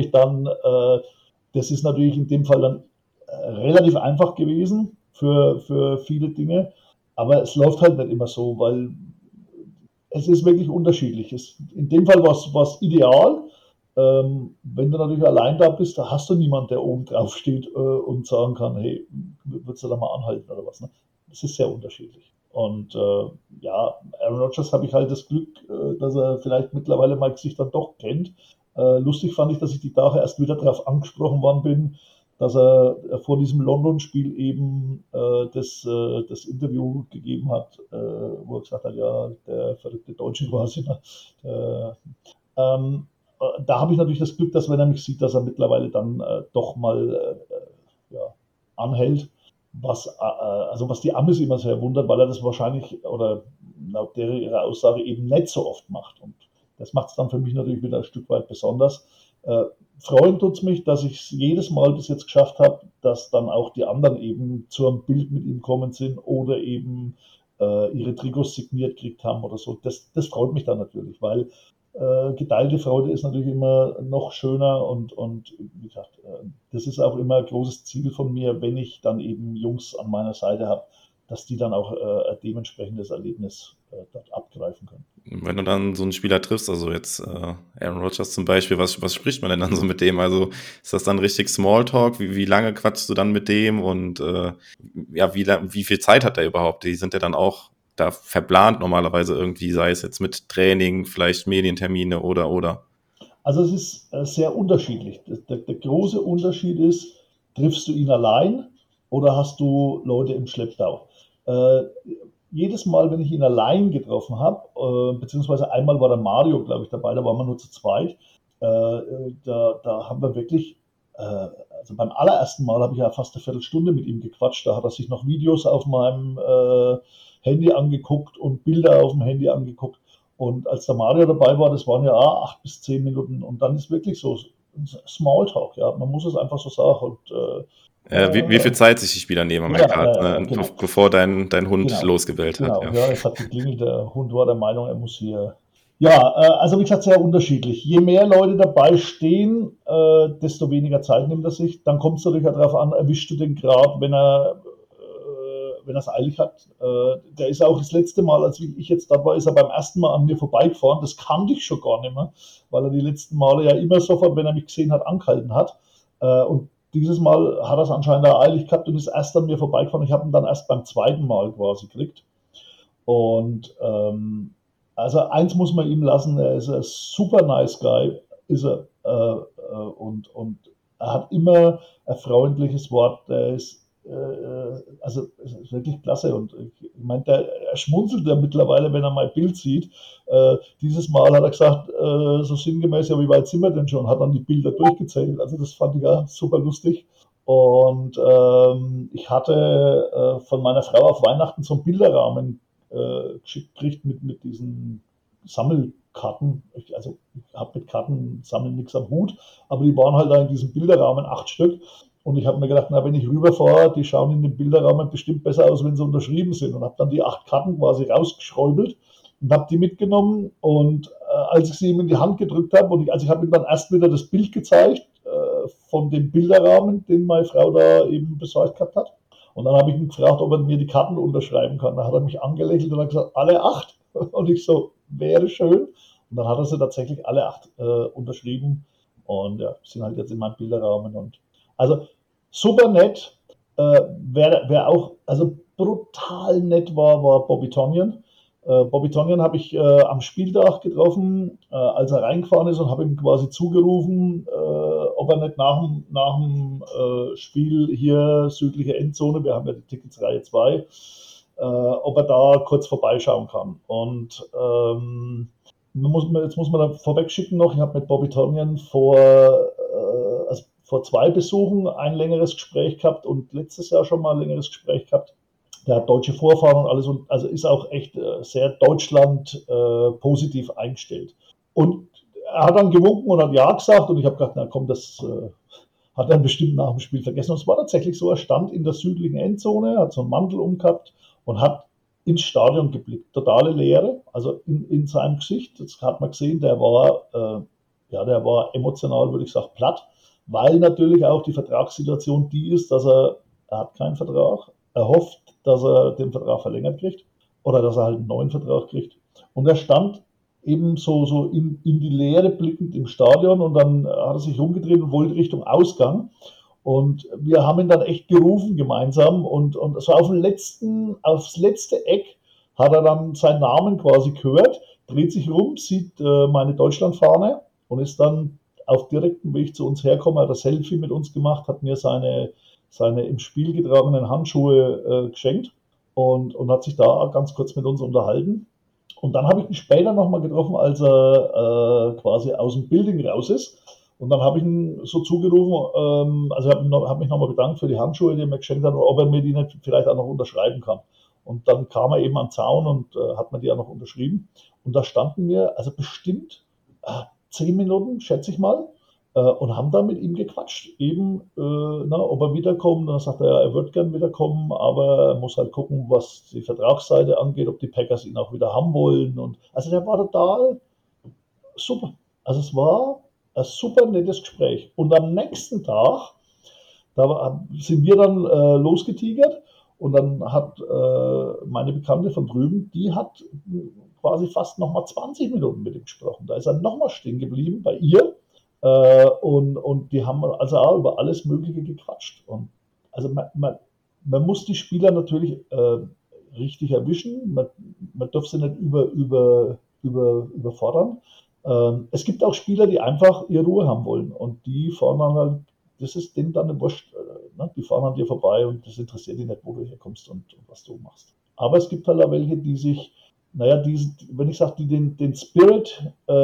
das ist natürlich in dem Fall dann relativ einfach gewesen für viele Dinge, aber es läuft halt nicht immer so, weil es ist wirklich unterschiedlich. In dem Fall war es ideal. Wenn du natürlich allein da bist, da hast du niemanden, der oben drauf steht und sagen kann, hey, würdest du da mal anhalten oder was. Ne? Das ist sehr unterschiedlich. Und ja, Aaron Rodgers habe ich halt das Glück, dass er vielleicht mittlerweile mal sich dann doch kennt. Lustig fand ich, dass ich die Tage erst wieder darauf angesprochen worden bin, dass er vor diesem London-Spiel eben das Interview gegeben hat, wo er gesagt hat, ja, der verrückte Deutsche quasi. Ne? Da habe ich natürlich das Glück, dass wenn er mich sieht, dass er mittlerweile dann doch mal ja, anhält, was die Amis immer sehr wundert, weil er das wahrscheinlich oder laut ihrer Aussage eben nicht so oft macht. Und das macht es dann für mich natürlich wieder ein Stück weit besonders. Freuen tut es mich, dass ich es jedes Mal bis jetzt geschafft habe, dass dann auch die anderen eben zu einem Bild mit ihm kommen sind oder eben ihre Trikots signiert gekriegt haben oder so. Das freut mich dann natürlich, weil geteilte Freude ist natürlich immer noch schöner und wie gesagt, das ist auch immer ein großes Ziel von mir, wenn ich dann eben Jungs an meiner Seite habe, dass die dann auch ein dementsprechendes Erlebnis dort abgreifen können. Wenn du dann so einen Spieler triffst, also jetzt Aaron Rodgers zum Beispiel, was spricht man denn dann so mit dem? Also ist das dann richtig Smalltalk? Wie lange quatschst du dann mit dem und ja, wie viel Zeit hat er überhaupt? Die sind ja dann auch da verplant normalerweise irgendwie, sei es jetzt mit Training, vielleicht Medientermine oder. Also es ist sehr unterschiedlich. Der große Unterschied ist, triffst du ihn allein oder hast du Leute im Schlepptau? Jedes Mal, wenn ich ihn allein getroffen habe, beziehungsweise einmal war der Mario, glaube ich, dabei, da waren wir nur zu zweit, da haben wir wirklich, also beim allerersten Mal habe ich ja fast eine Viertelstunde mit ihm gequatscht, da hat er sich noch Videos auf meinem Handy angeguckt und Bilder auf dem Handy angeguckt. Und als der Mario dabei war, das waren ja 8 bis 10 Minuten und dann ist wirklich so Smalltalk, ja, man muss es einfach so sagen. Und, wie viel Zeit sich die Spieler nehmen, ja, gerade, genau. bevor dein Hund Genau, losgebellt hat. genau. Ja, es hat geklingelt, der Hund war der Meinung, er muss hier. Ja, also wie gesagt, sehr unterschiedlich. Je mehr Leute dabei stehen, desto weniger Zeit nimmt er sich. Dann kommt es natürlich auch darauf an, erwischst du den gerade, wenn er es eilig hat. Der ist auch das letzte Mal, als ich jetzt da war, ist er beim ersten Mal an mir vorbeigefahren. Das kannte ich schon gar nicht mehr, weil er die letzten Male ja immer sofort, wenn er mich gesehen hat, angehalten hat. Und dieses Mal hat er es anscheinend auch eilig gehabt und ist erst an mir vorbeigefahren. Ich habe ihn dann erst beim zweiten Mal quasi gekriegt. Und also eins muss man ihm lassen, er ist ein super nice guy, ist er. Und er hat immer ein freundliches Wort, der ist also es ist wirklich klasse und ich meine, er schmunzelt ja mittlerweile, wenn er mein Bild sieht. Dieses Mal hat er gesagt, so sinngemäß, ja, wie weit sind wir denn schon? Hat dann die Bilder durchgezählt. Also das fand ich ja super lustig. Und ich hatte von meiner Frau auf Weihnachten so einen Bilderrahmen geschickt gekriegt mit diesen Sammelkarten. Ich habe mit Karten sammeln nichts am Hut, aber die waren halt da in diesem Bilderrahmen 8 Stück. Und ich habe mir gedacht, na, wenn ich rüberfahre, die schauen in dem Bilderrahmen bestimmt besser aus, wenn sie unterschrieben sind. Und habe dann die 8 Karten quasi rausgeschräubelt und habe die mitgenommen. Und als ich sie ihm in die Hand gedrückt habe, ich habe ihm dann erst wieder das Bild gezeigt von dem Bilderrahmen, den meine Frau da eben besorgt gehabt hat. Und dann habe ich ihn gefragt, ob er mir die Karten unterschreiben kann. Da hat er mich angelächelt und hat gesagt, alle 8. Und ich so, wäre schön. Und dann hat er sie tatsächlich alle 8 unterschrieben. Und ja, sind halt jetzt in meinem Bilderrahmen. Und also super nett. Wer auch also brutal nett war Bobby Tonyan. Bobby Tonyan habe ich am Spieltag getroffen, als er reingefahren ist und habe ihm quasi zugerufen, ob er nicht nach dem Spiel hier südliche Endzone, wir haben ja die Tickets Reihe 2, ob er da kurz vorbeischauen kann. Und jetzt muss man da vorweg schicken noch, ich habe mit Bobby Tonyan vor 2 Besuchen ein längeres Gespräch gehabt und letztes Jahr schon mal ein längeres Gespräch gehabt. der hat deutsche Vorfahren und alles, und also ist auch echt sehr Deutschland positiv eingestellt. Und er hat dann gewunken und hat ja gesagt, und ich habe gedacht, na komm, das hat er bestimmt nach dem Spiel vergessen. Und es war tatsächlich so, er stand in der südlichen Endzone, hat so einen Mantel umgehabt und hat ins Stadion geblickt. Totale Leere, also in seinem Gesicht, das hat man gesehen, der war emotional, würde ich sagen, platt, weil natürlich auch die Vertragssituation die ist, dass er hat keinen Vertrag, er hofft, dass er den Vertrag verlängert kriegt oder dass er halt einen neuen Vertrag kriegt. Und er stand eben so in die Leere blickend im Stadion, und dann hat er sich rumgedreht und wollte Richtung Ausgang. Und wir haben ihn dann echt gerufen gemeinsam, und so aufs letzte Eck hat er dann seinen Namen quasi gehört, dreht sich rum, sieht meine Deutschlandfahne und ist dann auf direktem Weg zu uns hergekommen, hat ein Selfie mit uns gemacht, hat mir seine im Spiel getragenen Handschuhe geschenkt, und hat sich da ganz kurz mit uns unterhalten. Und dann habe ich ihn später nochmal getroffen, als er quasi aus dem Building raus ist. Und dann habe ich ihn so zugerufen, also ich habe mich nochmal bedankt für die Handschuhe, die er mir geschenkt hat, und ob er mir die nicht vielleicht auch noch unterschreiben kann. Und dann kam er eben an den Zaun und hat mir die auch noch unterschrieben. Und da standen wir, also bestimmt 10 Minuten, schätze ich mal, und haben dann mit ihm gequatscht. Eben, ob er wiederkommt. Und dann sagt er, ja, er wird gern wiederkommen, aber er muss halt gucken, was die Vertragsseite angeht, ob die Packers ihn auch wieder haben wollen. Und also der war total super. Also es war ein super nettes Gespräch. Und am nächsten Tag, sind wir dann losgetigert, und dann hat meine Bekannte von drüben, die hat quasi fast nochmal 20 Minuten mit ihm gesprochen. Da ist er nochmal stehen geblieben bei ihr, und die haben also auch über alles Mögliche gequatscht. Und also man muss die Spieler natürlich richtig erwischen, man darf sie nicht überfordern. Es gibt auch Spieler, die einfach ihre Ruhe haben wollen, und die fahren dann halt, das ist denen dann eine Wurst, ne? Die fahren an dir vorbei, und das interessiert die nicht, wo du herkommst und was du machst. Aber es gibt halt auch welche, die sich, wenn ich sage, die den Spirit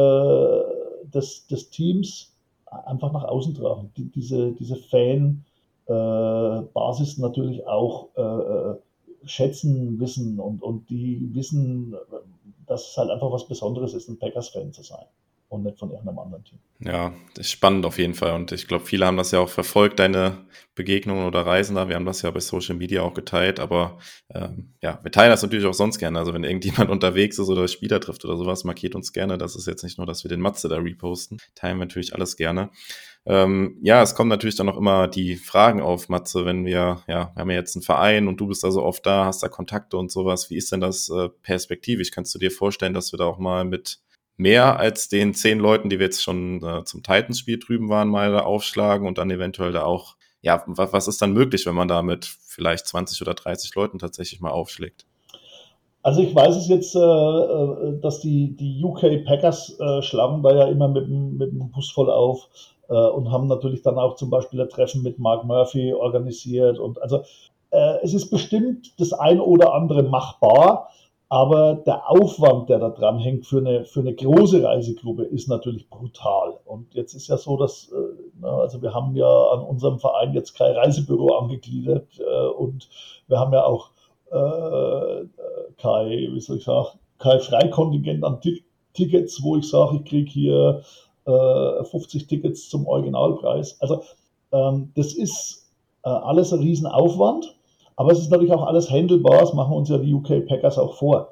des Teams einfach nach außen tragen, die diese Fan-Basis natürlich auch schätzen wissen, und die wissen, dass es halt einfach was Besonderes ist, ein Packers-Fan zu sein und nicht von irgendeinem anderen Team. Ja, das ist spannend auf jeden Fall. Und ich glaube, viele haben das ja auch verfolgt, deine Begegnungen oder Reisen da. Wir haben das ja bei Social Media auch geteilt. Aber ja, wir teilen das natürlich auch sonst gerne. Also wenn irgendjemand unterwegs ist oder Spieler trifft oder sowas, markiert uns gerne. Das ist jetzt nicht nur, dass wir den Matze da reposten. Teilen wir natürlich alles gerne. Ja, es kommen natürlich dann auch immer die Fragen auf, Matze, wenn wir haben ja jetzt einen Verein und du bist da so oft da, hast da Kontakte und sowas. Wie ist denn das perspektivisch? Kannst du dir vorstellen, dass wir da auch mal mit mehr als den 10 Leuten, die wir jetzt schon zum Titans-Spiel drüben waren, mal da aufschlagen und dann eventuell da auch, ja, was ist dann möglich, wenn man da mit vielleicht 20 oder 30 Leuten tatsächlich mal aufschlägt? Also ich weiß es jetzt, dass die UK Packers schlagen da ja immer mit dem Bus voll auf, und haben natürlich dann auch zum Beispiel ein Treffen mit Mark Murphy organisiert. Und also es ist bestimmt das ein oder andere machbar, aber der Aufwand, der da dran hängt für eine große Reisegruppe, ist natürlich brutal. Und jetzt ist ja so, dass also wir haben ja an unserem Verein jetzt kein Reisebüro angegliedert, und wir haben ja auch kein Freikontingent an Tickets, wo ich sage, ich kriege hier 50 Tickets zum Originalpreis. Also das ist alles ein Riesenaufwand, aber es ist natürlich auch alles handelbar, das machen uns ja die UK Packers auch vor.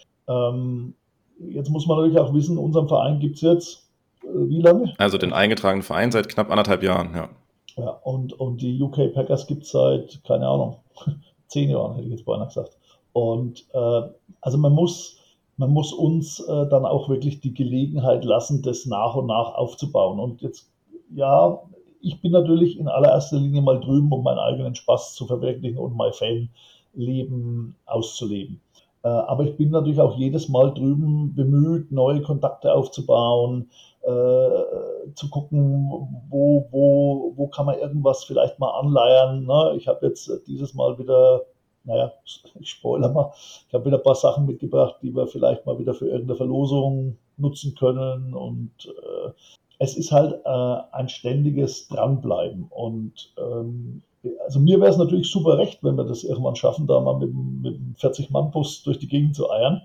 Jetzt muss man natürlich auch wissen, unserem Verein gibt es jetzt wie lange? Also den eingetragenen Verein seit knapp 1,5 Jahren, ja. Ja, und die UK Packers gibt es seit, keine Ahnung, 10 Jahren, hätte ich jetzt beinahe gesagt. Und also man muss uns dann auch wirklich die Gelegenheit lassen, das nach und nach aufzubauen. Und jetzt, ja, ich bin natürlich in allererster Linie mal drüben, um meinen eigenen Spaß zu verwirklichen und mein Fanleben auszuleben. Aber ich bin natürlich auch jedes Mal drüben bemüht, neue Kontakte aufzubauen, zu gucken, wo kann man irgendwas vielleicht mal anleiern. Ne? Ich habe jetzt dieses Mal wieder, ich spoilere mal, ich habe wieder ein paar Sachen mitgebracht, die wir vielleicht mal wieder für irgendeine Verlosung nutzen können. Und es ist halt ein ständiges Dranbleiben. Und Also mir wäre es natürlich super recht, wenn wir das irgendwann schaffen, da mal mit dem 40-Mann-Bus durch die Gegend zu eiern.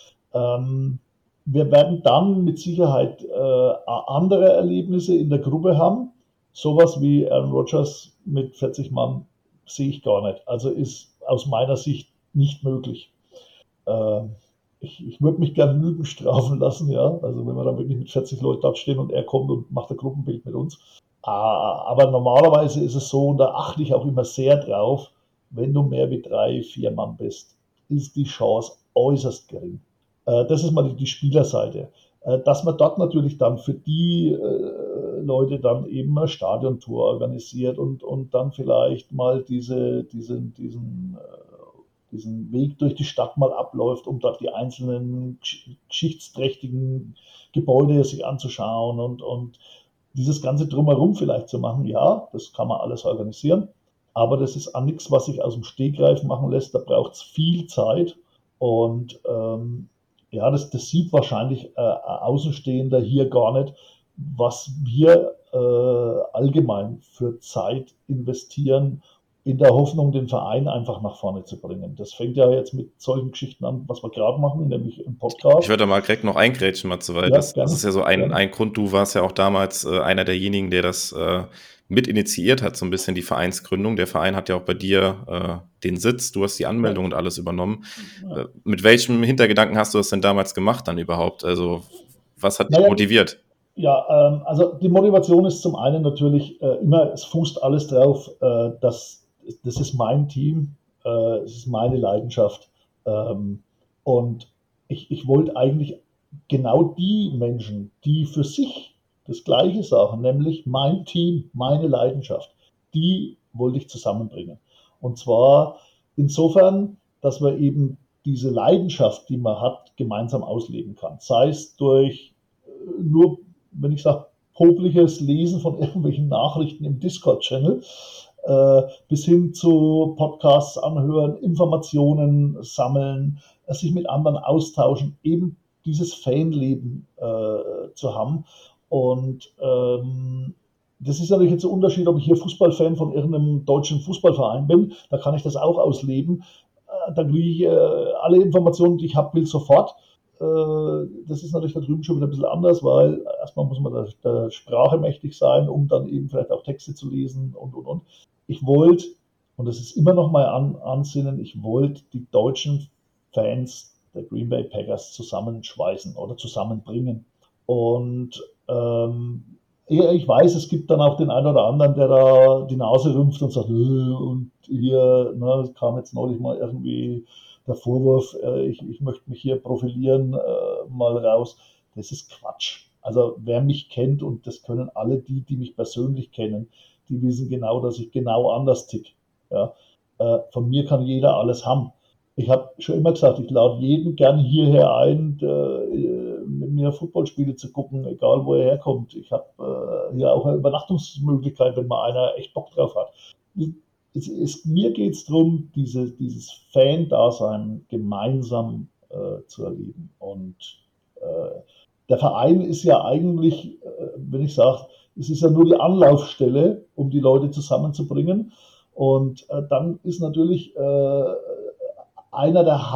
Wir werden dann mit Sicherheit andere Erlebnisse in der Gruppe haben. Sowas wie Aaron Rodgers mit 40 Mann sehe ich gar nicht. Also ist aus meiner Sicht nicht möglich. Äh, ich würde mich gerne Lügen strafen lassen, ja. Also wenn wir dann wirklich mit 40 Leuten dort stehen und er kommt und macht ein Gruppenbild mit uns. Aber normalerweise ist es so, und da achte ich auch immer sehr drauf, wenn du mehr wie 3, 4 Mann bist, ist die Chance äußerst gering. Das ist mal die Spielerseite. Dass man dort natürlich dann für die Leute dann eben eine Stadiontour organisiert und dann vielleicht mal diesen Weg durch die Stadt mal abläuft, um dort die einzelnen geschichtsträchtigen Gebäude sich anzuschauen und dieses ganze Drumherum vielleicht zu machen. Ja, das kann man alles organisieren, aber das ist auch nichts, was sich aus dem Stegreif machen lässt. Da braucht es viel Zeit und ja, das sieht wahrscheinlich Außenstehender hier gar nicht, was wir allgemein für Zeit investieren, in der Hoffnung, den Verein einfach nach vorne zu bringen. Das fängt ja jetzt mit solchen Geschichten an, was wir gerade machen, nämlich im Podcast. Ich würde da mal direkt noch eingrätschen, Matze, weil Ja, das ist ja so ein Grund. Du warst ja auch damals einer derjenigen, der das mit initiiert hat, so ein bisschen die Vereinsgründung. Der Verein hat ja auch bei dir den Sitz, du hast die Anmeldung und alles übernommen. Ja. Mit welchem Hintergedanken hast du das denn damals gemacht dann überhaupt? Also was hat dich motiviert? Ja, also die Motivation ist zum einen natürlich immer, es fußt alles drauf, dass das ist mein Team, es ist meine Leidenschaft. Und ich wollte eigentlich genau die Menschen, die für sich das Gleiche sagen, nämlich mein Team, meine Leidenschaft, die wollte ich zusammenbringen. Und zwar insofern, dass man eben diese Leidenschaft, die man hat, gemeinsam ausleben kann. Sei es durch nur, wenn ich sage, popliges Lesen von irgendwelchen Nachrichten im Discord-Channel, bis hin zu Podcasts anhören, Informationen sammeln, sich mit anderen austauschen, eben dieses Fanleben zu haben. Und das ist natürlich jetzt ein Unterschied, ob ich hier Fußballfan von irgendeinem deutschen Fußballverein bin, da kann ich das auch ausleben. Da kriege ich alle Informationen, die ich habe, will sofort. Das ist natürlich da drüben schon wieder ein bisschen anders, weil erstmal muss man der Sprache mächtig sein, um dann eben vielleicht auch Texte zu lesen und. Ich wollte, und das ist immer noch mein Ansinnen, ich wollte die deutschen Fans der Green Bay Packers zusammenschweißen oder zusammenbringen. Und ich weiß, es gibt dann auch den einen oder anderen, der da die Nase rümpft und sagt, und hier, es kam jetzt neulich mal irgendwie der Vorwurf, ich möchte mich hier profilieren, mal raus. Das ist Quatsch. Also wer mich kennt, und das können alle die mich persönlich kennen, die wissen genau, dass ich genau anders tick. Ja. Von mir kann jeder alles haben. Ich habe schon immer gesagt, ich lade jeden gern hierher ein, mit mir Footballspiele zu gucken, egal wo er herkommt. Ich habe hier auch eine Übernachtungsmöglichkeit, wenn mal einer echt Bock drauf hat. Mir geht es darum, dieses Fan-Dasein gemeinsam zu erleben. Und der Verein ist ja eigentlich, wenn ich sage, es ist ja nur die Anlaufstelle, um die Leute zusammenzubringen. Und dann ist natürlich einer der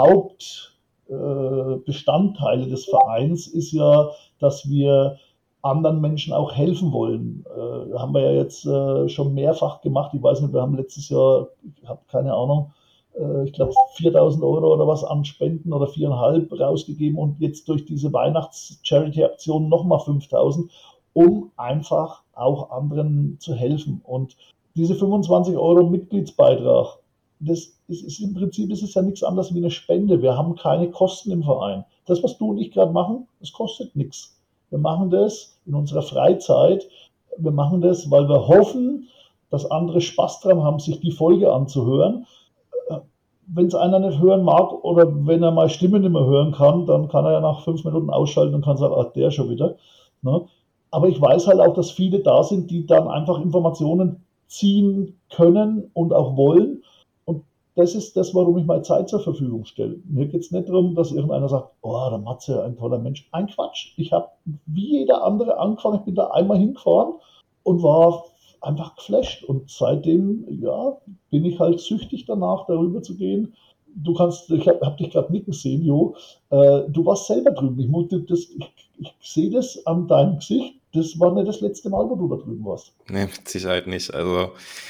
Hauptbestandteile des Vereins ist ja, dass wir anderen Menschen auch helfen wollen. Haben wir ja jetzt schon mehrfach gemacht. Ich weiß nicht, wir haben letztes Jahr, ich habe keine Ahnung, ich glaube 4.000 Euro oder was an Spenden oder 4.500 rausgegeben und jetzt durch diese Weihnachts-Charity-Aktion nochmal 5.000, um einfach auch anderen zu helfen. Und diese 25 Euro Mitgliedsbeitrag, das ist im Prinzip ist es ja nichts anderes wie eine Spende. Wir haben keine Kosten im Verein. Das, was du und ich gerade machen, das kostet nichts. Wir machen das in unserer Freizeit. Wir machen das, weil wir hoffen, dass andere Spaß dran haben, sich die Folge anzuhören. Wenn es einer nicht hören mag oder wenn er mal Stimme nicht mehr hören kann, dann kann er ja nach 5 Minuten ausschalten und kann sagen, ach, der schon wieder. Ne? Aber ich weiß halt auch, dass viele da sind, die dann einfach Informationen ziehen können und auch wollen. Und das ist das, warum ich meine Zeit zur Verfügung stelle. Mir geht es nicht darum, dass irgendeiner sagt, oh, der Matze, ein toller Mensch. Ein Quatsch. Ich habe wie jeder andere angefangen, ich bin da einmal hingefahren und war einfach geflasht. Und seitdem, ja, bin ich halt süchtig danach, darüber zu gehen. Ich hab dich gerade nicken sehen, Jo. Du warst selber drüben. Ich sehe das an deinem Gesicht. Das war nicht das letzte Mal, wo du da drüben warst. Nee, mit Sicherheit nicht. Also,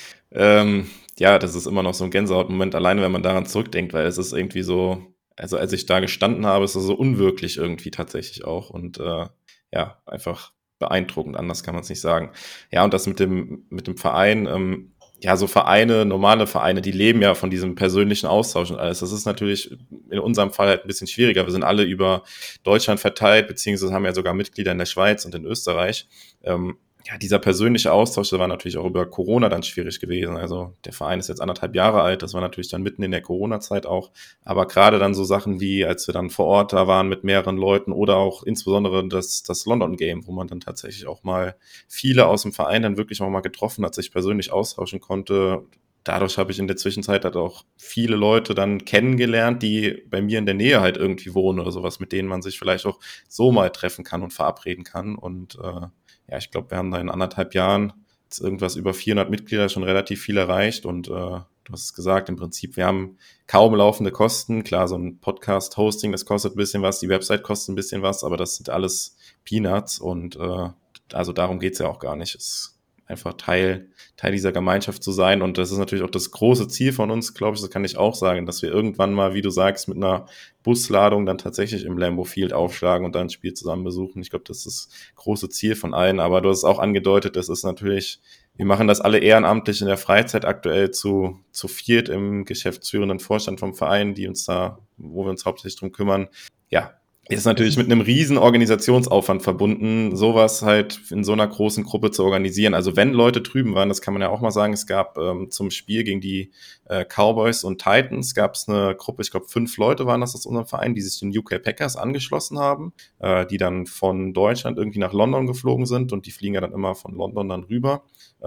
ähm, ja, das ist immer noch so ein Gänsehautmoment, alleine wenn man daran zurückdenkt, weil es ist irgendwie so, also als ich da gestanden habe, ist es so unwirklich irgendwie tatsächlich auch und ja, einfach beeindruckend, anders kann man es nicht sagen. Ja, und das mit dem Verein, ja, so Vereine, normale Vereine, die leben ja von diesem persönlichen Austausch und alles. Das ist natürlich in unserem Fall halt ein bisschen schwieriger. Wir sind alle über Deutschland verteilt, beziehungsweise haben ja sogar Mitglieder in der Schweiz und in Österreich. Ja, dieser persönliche Austausch, der war natürlich auch über Corona dann schwierig gewesen. Also der Verein ist jetzt 1,5 Jahre alt, das war natürlich dann mitten in der Corona-Zeit auch. Aber gerade dann so Sachen wie, als wir dann vor Ort da waren mit mehreren Leuten oder auch insbesondere das London-Game, wo man dann tatsächlich auch mal viele aus dem Verein dann wirklich auch mal getroffen hat, sich persönlich austauschen konnte. Dadurch habe ich in der Zwischenzeit halt auch viele Leute dann kennengelernt, die bei mir in der Nähe halt irgendwie wohnen oder sowas, mit denen man sich vielleicht auch so mal treffen kann und verabreden kann. Und ja, ich glaube, wir haben da in 1,5 Jahren jetzt irgendwas über 400 Mitglieder schon relativ viel erreicht und du hast es gesagt, im Prinzip, wir haben kaum laufende Kosten. Klar, so ein Podcast-Hosting, das kostet ein bisschen was, die Website kostet ein bisschen was, aber das sind alles Peanuts und also darum geht's ja auch gar nicht. Es ist einfach Teil dieser Gemeinschaft zu sein und das ist natürlich auch das große Ziel von uns, glaube ich, das kann ich auch sagen, dass wir irgendwann mal, wie du sagst, mit einer Busladung dann tatsächlich im Lambeau Field aufschlagen und dann ein Spiel zusammen besuchen. Ich glaube, das ist das große Ziel von allen, aber du hast es auch angedeutet, das ist natürlich, wir machen das alle ehrenamtlich in der Freizeit aktuell zu viert im geschäftsführenden Vorstand vom Verein, wo wir uns hauptsächlich drum kümmern. Ja, ist natürlich mit einem riesen Organisationsaufwand verbunden, sowas halt in so einer großen Gruppe zu organisieren. Also wenn Leute drüben waren, das kann man ja auch mal sagen, es gab zum Spiel gegen die Cowboys und Titans, gab es eine Gruppe, ich glaube 5 Leute waren das aus unserem Verein, die sich den UK Packers angeschlossen haben, die dann von Deutschland irgendwie nach London geflogen sind und die fliegen ja dann immer von London dann rüber.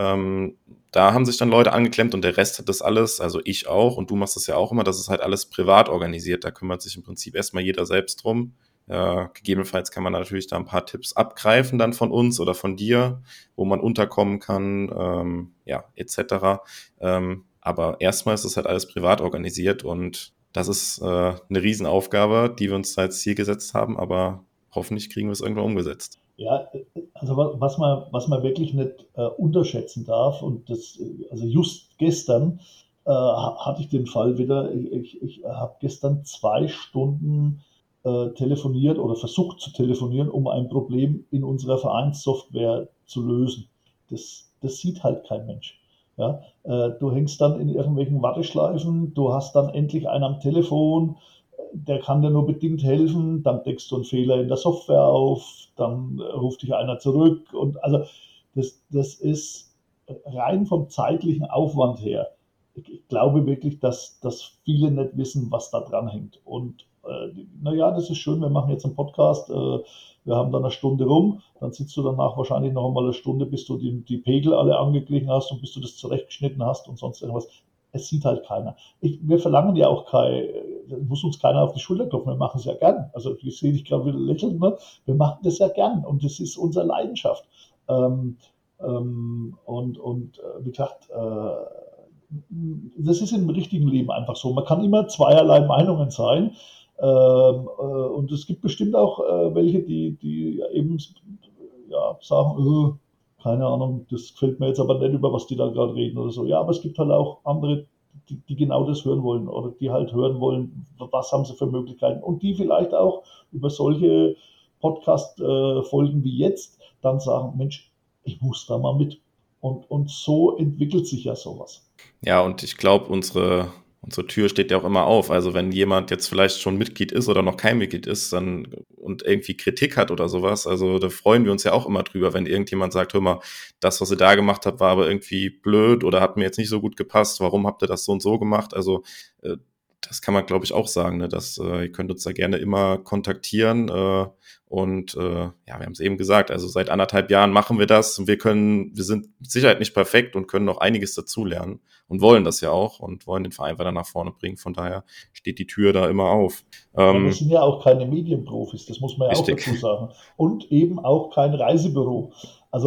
Da haben sich dann Leute angeklemmt und der Rest hat das alles, also ich auch und du machst das ja auch immer, das ist halt alles privat organisiert, da kümmert sich im Prinzip erstmal jeder selbst drum. Gegebenenfalls kann man natürlich da ein paar Tipps abgreifen dann von uns oder von dir, wo man unterkommen kann, ja, etc. Aber erstmal ist das halt alles privat organisiert und das ist eine Riesenaufgabe, die wir uns da als Ziel gesetzt haben, aber hoffentlich kriegen wir es irgendwann umgesetzt. Ja, also was man wirklich nicht unterschätzen darf, und also just gestern hatte ich den Fall wieder, ich habe gestern 2 Stunden telefoniert oder versucht zu telefonieren, um ein Problem in unserer Vereinssoftware zu lösen. Das sieht halt kein Mensch. Ja? Du hängst dann in irgendwelchen Warteschleifen, du hast dann endlich einen am Telefon, der kann dir nur bedingt helfen, dann deckst du einen Fehler in der Software auf, dann ruft dich einer zurück und also das ist rein vom zeitlichen Aufwand her. Ich glaube wirklich, dass viele nicht wissen, was da dran hängt. Und naja, das ist schön, wir machen jetzt einen Podcast, wir haben dann eine Stunde rum, dann sitzt du danach wahrscheinlich noch einmal eine Stunde, bis du die Pegel alle angeglichen hast und bis du das zurechtgeschnitten hast und sonst irgendwas. Es sieht halt keiner. Wir verlangen ja auch muss uns keiner auf die Schulter klopfen, wir machen es ja gern. Also ich sehe dich gerade wieder lächeln, ne? Wir machen das ja gern und das ist unsere Leidenschaft. Wie gesagt, das ist im richtigen Leben einfach so. Man kann immer zweierlei Meinungen sein. Und es gibt bestimmt auch welche, die eben ja, sagen, keine Ahnung, das gefällt mir jetzt aber nicht, über was die da gerade reden oder so. Ja, aber es gibt halt auch andere, die genau das hören wollen oder die halt hören wollen, was haben sie für Möglichkeiten und die vielleicht auch über solche Podcast-Folgen wie jetzt dann sagen, Mensch, ich muss da mal mit. Und so entwickelt sich ja sowas. Ja, und ich glaube, unsere Tür steht ja auch immer auf. Also wenn jemand jetzt vielleicht schon Mitglied ist oder noch kein Mitglied ist dann und irgendwie Kritik hat oder sowas, also da freuen wir uns ja auch immer drüber, wenn irgendjemand sagt, hör mal, das, was ihr da gemacht habt, war aber irgendwie blöd oder hat mir jetzt nicht so gut gepasst, warum habt ihr das so und so gemacht? Also das kann man, glaube ich, auch sagen, ne? Ihr könnt uns da gerne immer kontaktieren ja, wir haben es eben gesagt, also seit 1,5 Jahren machen wir das und wir sind mit Sicherheit nicht perfekt und können noch einiges dazulernen und wollen das ja auch und wollen den Verein weiter nach vorne bringen, von daher steht die Tür da immer auf. Wir sind ja auch keine Medienprofis, das muss man ja richtig. auch dazu sagen und eben auch kein Reisebüro. Also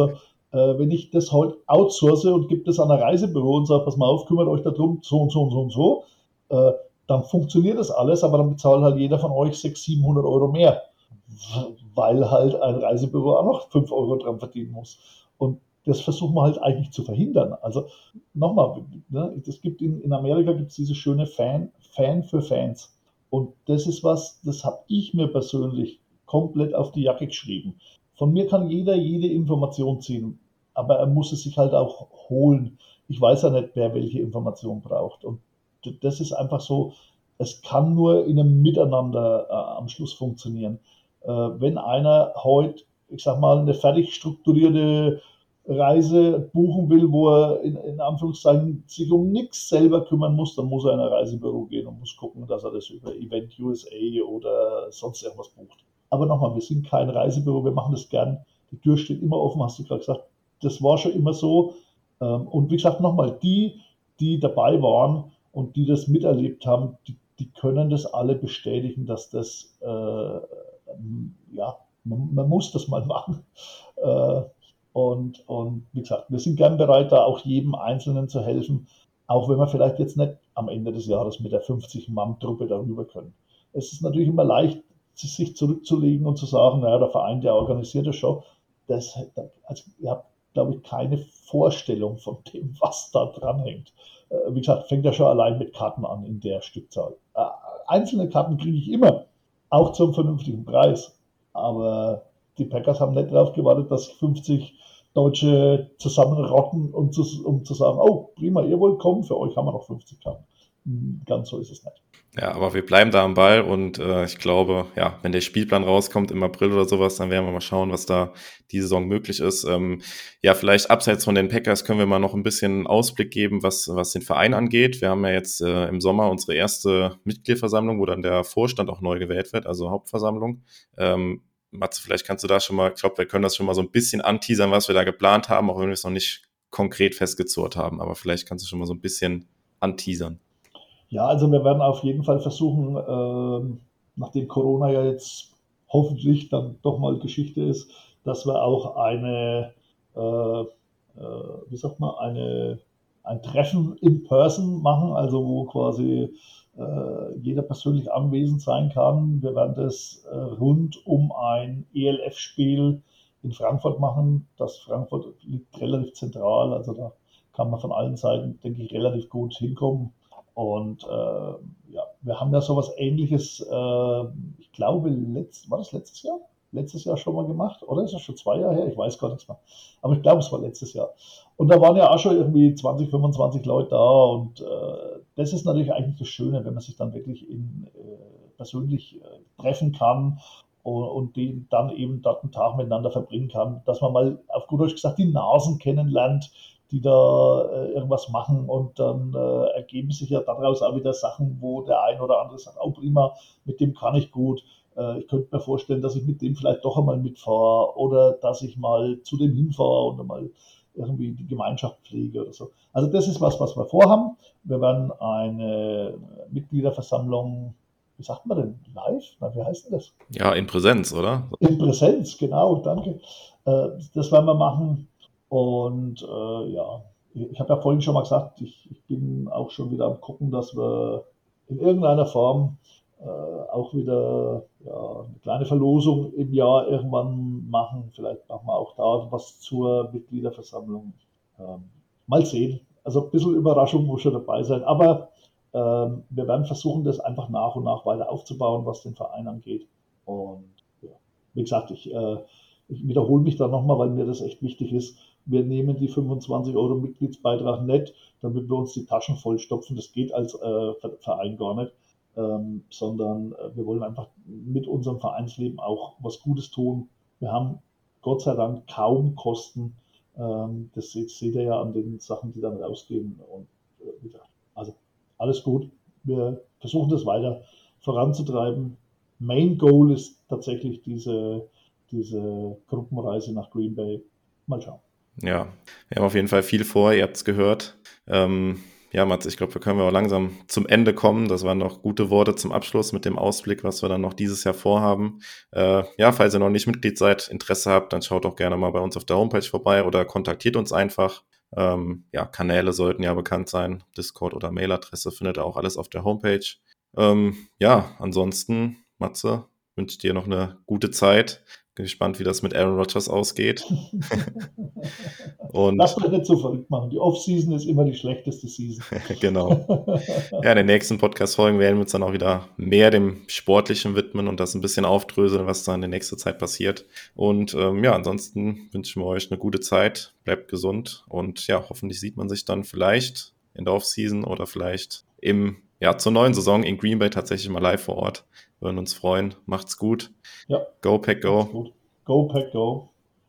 Wenn ich das heute outsource und gebe das an ein Reisebüro und sage, pass mal auf, kümmert euch darum, so und so und so und so, äh, dann funktioniert das alles, aber dann bezahlt halt jeder von euch 600, 700 Euro mehr, weil halt ein Reisebüro auch noch 5 Euro dran verdienen muss. Und das versuchen wir halt eigentlich zu verhindern. Also nochmal, ne, es gibt in Amerika gibt es diese schöne Fan für Fans. Und das ist was, das habe ich mir persönlich komplett auf die Jacke geschrieben. Von mir kann jeder jede Information ziehen, aber er muss es sich halt auch holen. Ich weiß ja nicht, wer welche Information braucht. Und das ist einfach so, es kann nur in einem Miteinander am Schluss funktionieren. Wenn einer heute, ich sag mal, eine fertig strukturierte Reise buchen will, wo er in Anführungszeichen sich um nichts selber kümmern muss, dann muss er in ein Reisebüro gehen und muss gucken, dass er das über Event USA oder sonst irgendwas bucht. Aber nochmal, wir sind kein Reisebüro, wir machen das gern. Die Tür steht immer offen, hast du gerade gesagt. Das war schon immer so. Und wie gesagt, nochmal, die dabei waren und die das miterlebt haben, die können das alle bestätigen, dass das, ja, man muss das mal machen. Äh, und wie gesagt, wir sind gern bereit, da auch jedem Einzelnen zu helfen, auch wenn wir vielleicht jetzt nicht am Ende des Jahres mit der 50-Mann-Truppe darüber können. Es ist natürlich immer leicht, sich zurückzulegen und zu sagen, naja, der Verein, der organisiert das schon. Also ihr habt, glaube ich, keine Vorstellung von dem, was da dran hängt. Wie gesagt, fängt ja schon allein mit Karten an in der Stückzahl. Einzelne Karten kriege ich immer, auch zum vernünftigen Preis. Aber die Packers haben nicht darauf gewartet, dass sich 50 Deutsche zusammenrotten, um zu sagen, oh, prima, ihr wollt kommen, für euch haben wir noch 50 Karten. Ganz so ist es nicht. Ja, aber wir bleiben da am Ball und ich glaube, ja, wenn der Spielplan rauskommt im April oder sowas, dann werden wir mal schauen, was da die Saison möglich ist. Ja, vielleicht abseits von den Packers können wir mal noch ein bisschen Ausblick geben, was den Verein angeht. Wir haben ja jetzt im Sommer unsere erste Mitgliederversammlung, wo dann der Vorstand auch neu gewählt wird, also Hauptversammlung. Matze, vielleicht kannst du da schon mal, ich glaube, wir können das schon mal so ein bisschen anteasern, was wir da geplant haben, auch wenn wir es noch nicht konkret festgezurrt haben, aber vielleicht kannst du schon mal so ein bisschen anteasern. Ja, also wir werden auf jeden Fall versuchen, nachdem Corona ja jetzt hoffentlich dann doch mal Geschichte ist, dass wir auch wie sagt man, ein Treffen in Person machen, also wo quasi jeder persönlich anwesend sein kann. Wir werden das rund um ein ELF-Spiel in Frankfurt machen. Das Frankfurt liegt relativ zentral, also da kann man von allen Seiten, denke ich, relativ gut hinkommen. Und ja, wir haben ja sowas Ähnliches, ich glaube, war das letztes Jahr? Letztes Jahr schon mal gemacht, oder ist das schon 2 Jahre her? Ich weiß gar nichts mehr. Aber ich glaube, es war letztes Jahr. Und da waren ja auch schon irgendwie 20, 25 Leute da. Und das ist natürlich eigentlich das Schöne, wenn man sich dann wirklich persönlich treffen kann und die dann eben dort einen Tag miteinander verbringen kann, dass man mal auf gut Deutsch gesagt die Nasen kennenlernt, die da irgendwas machen und dann ergeben sich ja daraus auch wieder Sachen, wo der ein oder andere sagt, oh prima, mit dem kann ich gut. Ich könnte mir vorstellen, dass ich mit dem vielleicht doch einmal mitfahre oder dass ich mal zu dem hinfahre und mal irgendwie die Gemeinschaft pflege oder so. Also das ist was wir vorhaben. Wir werden eine Mitgliederversammlung, wie sagt man denn, live? Na, wie heißt denn das? Ja, in Präsenz, oder? In Präsenz, genau, danke. Das werden wir machen. Und ja, ich habe ja vorhin schon mal gesagt, ich bin auch schon wieder am gucken, dass wir in irgendeiner Form auch wieder ja, eine kleine Verlosung im Jahr irgendwann machen. Vielleicht machen wir auch da was zur Mitgliederversammlung. Mal sehen. Also ein bisschen Überraschung muss schon dabei sein. Aber wir werden versuchen, das einfach nach und nach weiter aufzubauen, was den Verein angeht. Und ja, wie gesagt, ich wiederhole mich da nochmal, weil mir das echt wichtig ist. Wir nehmen die 25 Euro Mitgliedsbeitrag nicht, damit wir uns die Taschen vollstopfen. Das geht als Verein gar nicht. Sondern wir wollen einfach mit unserem Vereinsleben auch was Gutes tun. Wir haben Gott sei Dank kaum Kosten. Das seht ihr ja an den Sachen, die dann rausgehen. Und wie gesagt, also alles gut. Wir versuchen das weiter voranzutreiben. Main Goal ist tatsächlich diese Gruppenreise nach Green Bay. Mal schauen. Ja, wir haben auf jeden Fall viel vor, ihr habt es gehört. Ja, Mats, ich glaube, wir können auch langsam zum Ende kommen. Das waren noch gute Worte zum Abschluss mit dem Ausblick, was wir dann noch dieses Jahr vorhaben. Ja, falls ihr noch nicht Mitglied seid, Interesse habt, dann schaut doch gerne mal bei uns auf der Homepage vorbei oder kontaktiert uns einfach. Ja, Kanäle sollten ja bekannt sein. Discord oder Mailadresse findet ihr auch alles auf der Homepage. Ja, ansonsten, Matze, wünsche dir noch eine gute Zeit. Bin gespannt, wie das mit Aaron Rodgers ausgeht. Und Lasst euch nicht so verrückt machen. Die Off-Season ist immer die schlechteste Season. genau. Ja, in den nächsten Podcast-Folgen werden wir uns dann auch wieder mehr dem Sportlichen widmen und das ein bisschen aufdröseln, was da in der nächsten Zeit passiert. Und ja, ansonsten wünschen wir euch eine gute Zeit, bleibt gesund und ja, hoffentlich sieht man sich dann vielleicht in der Off-Season oder vielleicht zur neuen Saison in Green Bay tatsächlich mal live vor Ort. Wir würden uns freuen. Macht's gut. Ja. Go Pack Go. Macht's gut. Go Pack Go.